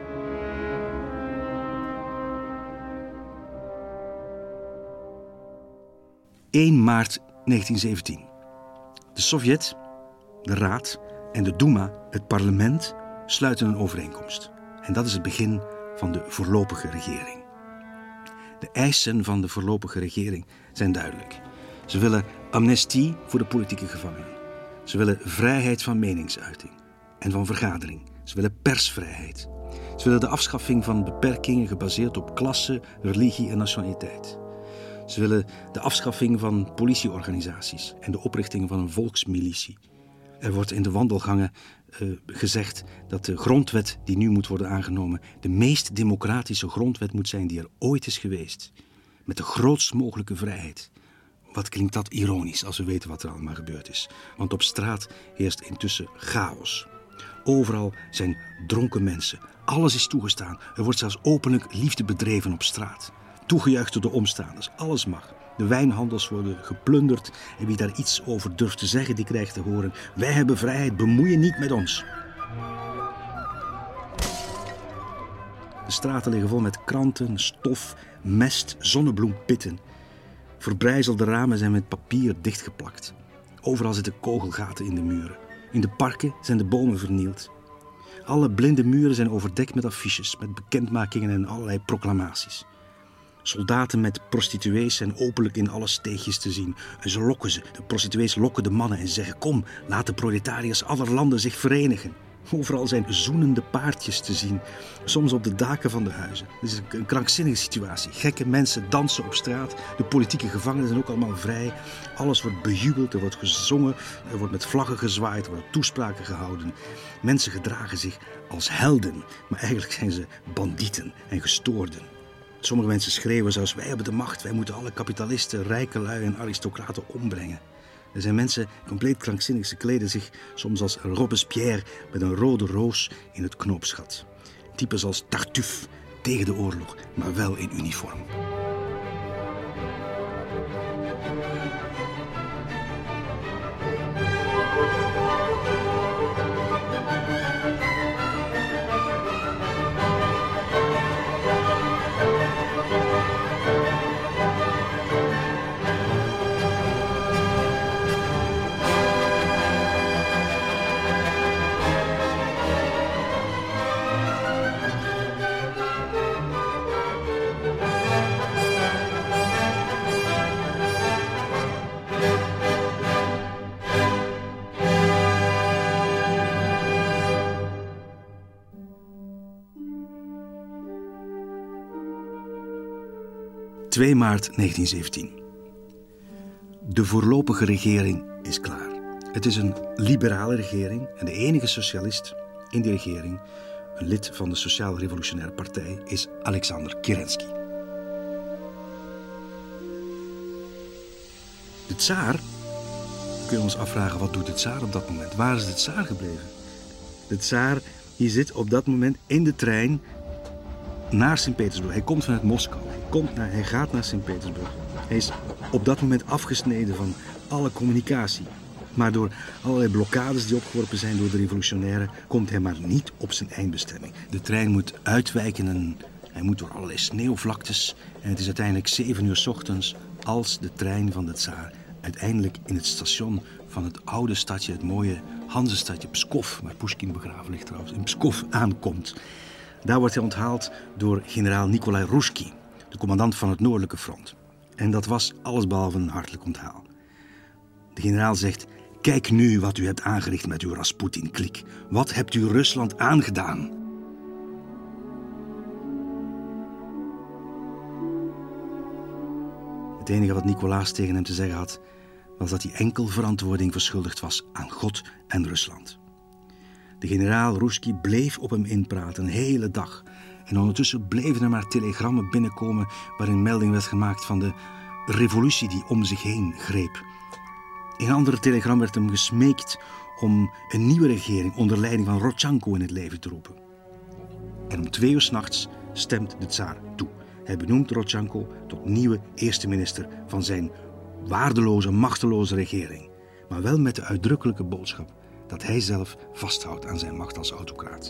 één maart negentien zeventien. De Sovjet, de Raad en de Duma, het parlement, sluiten een overeenkomst. En dat is het begin van de voorlopige regering. De eisen van de voorlopige regering zijn duidelijk. Ze willen amnestie voor de politieke gevangenen. Ze willen vrijheid van meningsuiting en van vergadering. Ze willen persvrijheid. Ze willen de afschaffing van beperkingen gebaseerd op klasse, religie en nationaliteit. Ze willen de afschaffing van politieorganisaties en de oprichting van een volksmilitie. Er wordt in de wandelgangen uh, gezegd dat de grondwet die nu moet worden aangenomen de meest democratische grondwet moet zijn die er ooit is geweest. Met de grootst mogelijke vrijheid. Wat klinkt dat ironisch als we weten wat er allemaal gebeurd is. Want op straat heerst intussen chaos. Overal zijn dronken mensen. Alles is toegestaan. Er wordt zelfs openlijk liefde bedreven op straat. Toegejuicht door de omstanders. Alles mag. De wijnhandels worden geplunderd en wie daar iets over durft te zeggen, die krijgt te horen: wij hebben vrijheid, bemoei je niet met ons. De straten liggen vol met kranten, stof, mest, zonnebloempitten. Verbrijzelde ramen zijn met papier dichtgeplakt. Overal zitten kogelgaten in de muren. In de parken zijn de bomen vernield. Alle blinde muren zijn overdekt met affiches, met bekendmakingen en allerlei proclamaties. Soldaten met prostituees zijn openlijk in alle steegjes te zien. En ze lokken ze. De prostituees lokken de mannen en zeggen: kom, laat de proletariërs aller landen zich verenigen. Overal zijn zoenende paardjes te zien. Soms op de daken van de huizen. Het is een krankzinnige situatie. Gekke mensen dansen op straat. De politieke gevangenen zijn ook allemaal vrij. Alles wordt bejubeld, er wordt gezongen. Er wordt met vlaggen gezwaaid, er worden toespraken gehouden. Mensen gedragen zich als helden. Maar eigenlijk zijn ze bandieten en gestoorden. Sommige mensen schreeuwen zelfs: wij hebben de macht, wij moeten alle kapitalisten, rijke lui en aristocraten ombrengen. Er zijn mensen, compleet krankzinnig, ze kleden zich soms als Robespierre met een rode roos in het knoopsgat. Types als Tartuffe tegen de oorlog, maar wel in uniform. twee maart negentien zeventien. De voorlopige regering is klaar. Het is een liberale regering en de enige socialist in die regering, een lid van de Sociaal-Revolutionaire Partij, is Alexander Kerensky. De tsaar, we kunnen ons afvragen, wat doet de tsaar op dat moment? Waar is de tsaar gebleven? De tsaar, die zit op dat moment in de trein naar Sint-Petersburg. Hij komt vanuit Moskou. Hij, komt naar, hij gaat naar Sint-Petersburg. Hij is op dat moment afgesneden van alle communicatie. Maar door allerlei blokkades die opgeworpen zijn door de revolutionairen, komt hij maar niet op zijn eindbestemming. De trein moet uitwijken en hij moet door allerlei sneeuwvlaktes. En het is uiteindelijk zeven uur 's ochtends als de trein van de tsaar uiteindelijk in het station van het oude stadje, het mooie Hanzestadje Pskov, waar Pushkin begraven ligt trouwens, in Pskov aankomt. Daar wordt hij onthaald door generaal Nikolai Ruski, de commandant van het noordelijke front. En dat was allesbehalve een hartelijk onthaal. De generaal zegt: kijk nu wat u hebt aangericht met uw Rasputin-kliek. Wat hebt u Rusland aangedaan? Het enige wat Nicolaas tegen hem te zeggen had, was dat hij enkel verantwoording verschuldigd was aan God en Rusland. De generaal Ruski bleef op hem inpraten een hele dag. En ondertussen bleven er maar telegrammen binnenkomen waarin melding werd gemaakt van de revolutie die om zich heen greep. In een andere telegram werd hem gesmeekt om een nieuwe regering onder leiding van Rodchanko in het leven te roepen. En om twee uur 's nachts stemt de tsaar toe. Hij benoemt Rodchanko tot nieuwe eerste minister van zijn waardeloze, machteloze regering. Maar wel met de uitdrukkelijke boodschap dat hij zelf vasthoudt aan zijn macht als autocraat.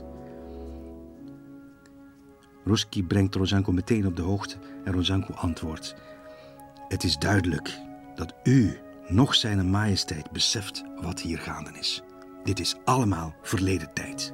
Ruski brengt Rodchanko meteen op de hoogte en Rodchanko antwoordt: het is duidelijk dat u nog zijn majesteit beseft wat hier gaande is. Dit is allemaal verleden tijd.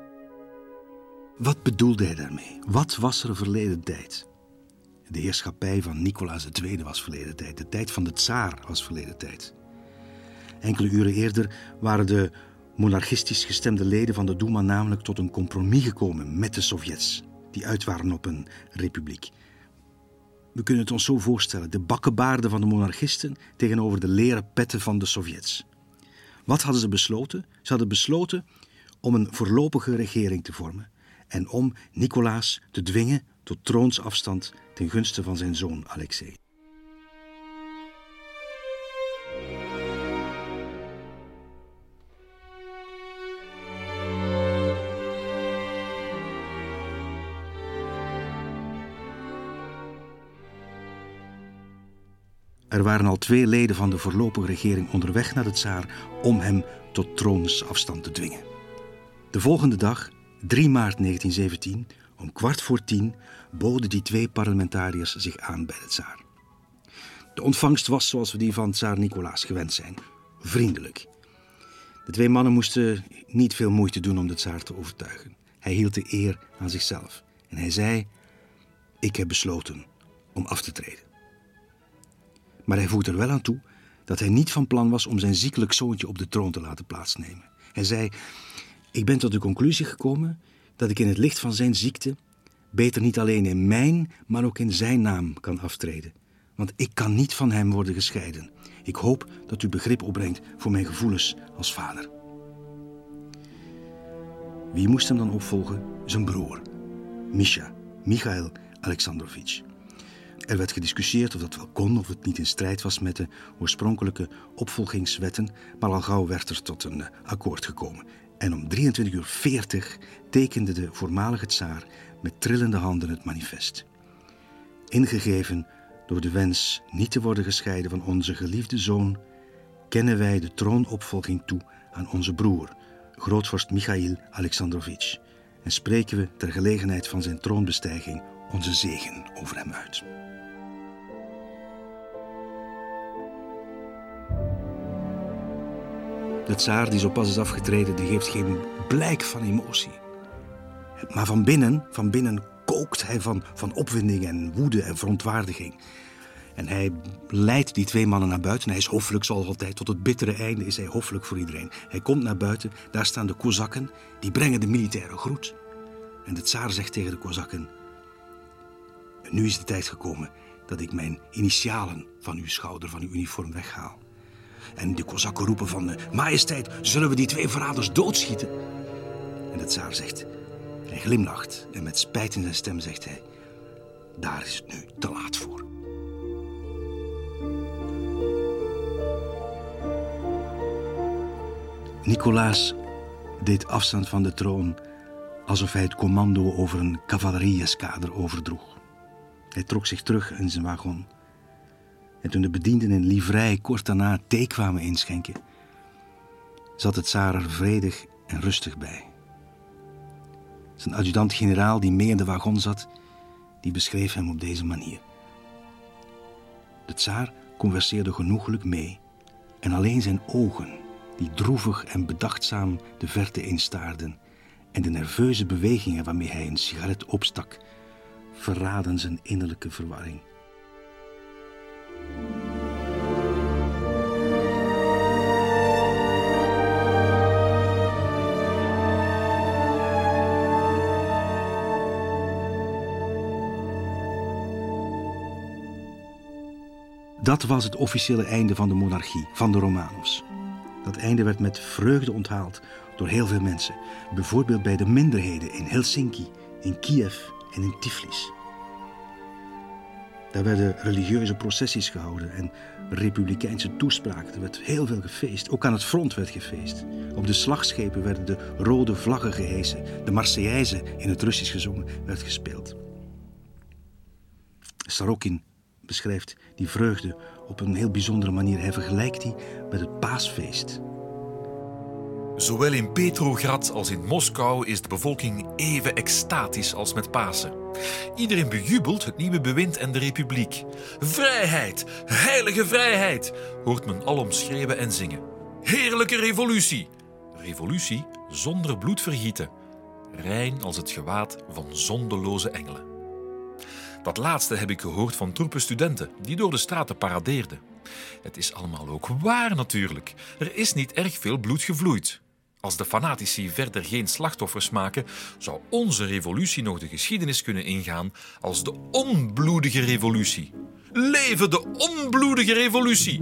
Wat bedoelde hij daarmee? Wat was er verleden tijd? De heerschappij van Nicolaas de Tweede was verleden tijd. De tijd van de tsaar was verleden tijd. Enkele uren eerder waren de monarchistisch gestemde leden van de Duma namelijk tot een compromis gekomen met de Sovjets, die uit waren op een republiek. We kunnen het ons zo voorstellen, de bakkenbaarden van de monarchisten tegenover de leren petten van de Sovjets. Wat hadden ze besloten? Ze hadden besloten om een voorlopige regering te vormen en om Nicolaas te dwingen tot troonsafstand ten gunste van zijn zoon Alexei. Er waren al twee leden van de voorlopige regering onderweg naar de tsaar om hem tot troonsafstand te dwingen. De volgende dag, drie maart negentien zeventien, om kwart voor tien, boden die twee parlementariërs zich aan bij de tsaar. De ontvangst was zoals we die van tsaar Nicolaas gewend zijn, vriendelijk. De twee mannen moesten niet veel moeite doen om de tsaar te overtuigen. Hij hield de eer aan zichzelf en hij zei: ik heb besloten om af te treden. Maar hij voegde er wel aan toe dat hij niet van plan was om zijn ziekelijk zoontje op de troon te laten plaatsnemen. Hij zei: ik ben tot de conclusie gekomen dat ik in het licht van zijn ziekte beter niet alleen in mijn, maar ook in zijn naam kan aftreden. Want ik kan niet van hem worden gescheiden. Ik hoop dat u begrip opbrengt voor mijn gevoelens als vader. Wie moest hem dan opvolgen? Zijn broer, Misha, Michail Alexandrovitch. Er werd gediscussieerd of dat wel kon, of het niet in strijd was met de oorspronkelijke opvolgingswetten, maar al gauw werd er tot een akkoord gekomen. En om drieëntwintig uur veertig tekende de voormalige tsaar met trillende handen het manifest. Ingegeven door de wens niet te worden gescheiden van onze geliefde zoon, kennen wij de troonopvolging toe aan onze broer, grootvorst Michail Alexandrovitch, en spreken we ter gelegenheid van zijn troonbestijging onze zegen over hem uit. De tsaar die zo pas is afgetreden, die geeft geen blijk van emotie. Maar van binnen, van binnen kookt hij van, van opwinding en woede en verontwaardiging. En hij leidt die twee mannen naar buiten. Hij is hoffelijk zoals altijd. Tot het bittere einde is hij hoffelijk voor iedereen. Hij komt naar buiten. Daar staan de Kozakken. Die brengen de militaire groet. En de tsaar zegt tegen de Kozakken: nu is de tijd gekomen dat ik mijn initialen van uw schouder, van uw uniform weghaal. En de Kozakken roepen van: majesteit, zullen we die twee verraders doodschieten? En de tsaar zegt, hij glimlacht en met spijt in zijn stem zegt hij: daar is het nu te laat voor. Nicolaas deed afstand van de troon alsof hij het commando over een cavalerieeskader overdroeg. Hij trok zich terug in zijn wagon. En toen de bedienden in livrei kort daarna thee kwamen inschenken, zat de tsaar er vredig en rustig bij. Zijn adjudant-generaal die mee in de wagon zat, die beschreef hem op deze manier. De tsaar converseerde genoeglijk mee en alleen zijn ogen, die droevig en bedachtzaam de verte instaarden, en de nerveuze bewegingen waarmee hij een sigaret opstak, verraden zijn innerlijke verwarring. Dat was het officiële einde van de monarchie, van de Romanovs. Dat einde werd met vreugde onthaald door heel veel mensen. Bijvoorbeeld bij de minderheden in Helsinki, in Kiev en in Tiflis. Daar werden religieuze processies gehouden en republikeinse toespraken. Er werd heel veel gefeest. Ook aan het front werd gefeest. Op de slagschepen werden de rode vlaggen gehesen. De Marseillaise, in het Russisch gezongen, werd gespeeld. Sorokin beschrijft die vreugde op een heel bijzondere manier. Hij vergelijkt die met het paasfeest. Zowel in Petrograd als in Moskou is de bevolking even extatisch als met Pasen. Iedereen bejubelt het nieuwe bewind en de republiek. Vrijheid, heilige vrijheid, hoort men alom schreeuwen en zingen. Heerlijke revolutie. Revolutie zonder bloedvergieten. Rein als het gewaad van zondeloze engelen. Dat laatste heb ik gehoord van troepen studenten die door de straten paradeerden. Het is allemaal ook waar natuurlijk. Er is niet erg veel bloed gevloeid. Als de fanatici verder geen slachtoffers maken, zou onze revolutie nog de geschiedenis kunnen ingaan als de onbloedige revolutie. Leven de onbloedige revolutie!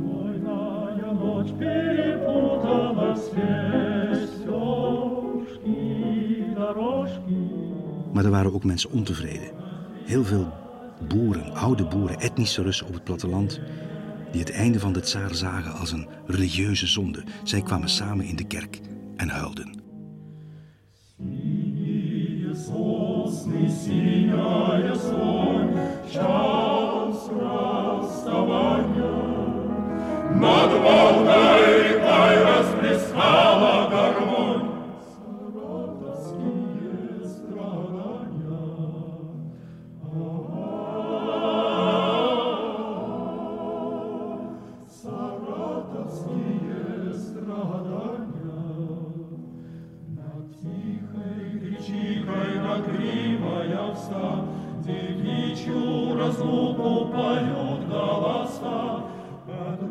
Maar er waren ook mensen ontevreden. Heel veel boeren, oude boeren, etnische Russen op het platteland, die het einde van de tsaar zagen als een religieuze zonde. Zij kwamen samen in de kerk en huilden. Разлуку поют голоса,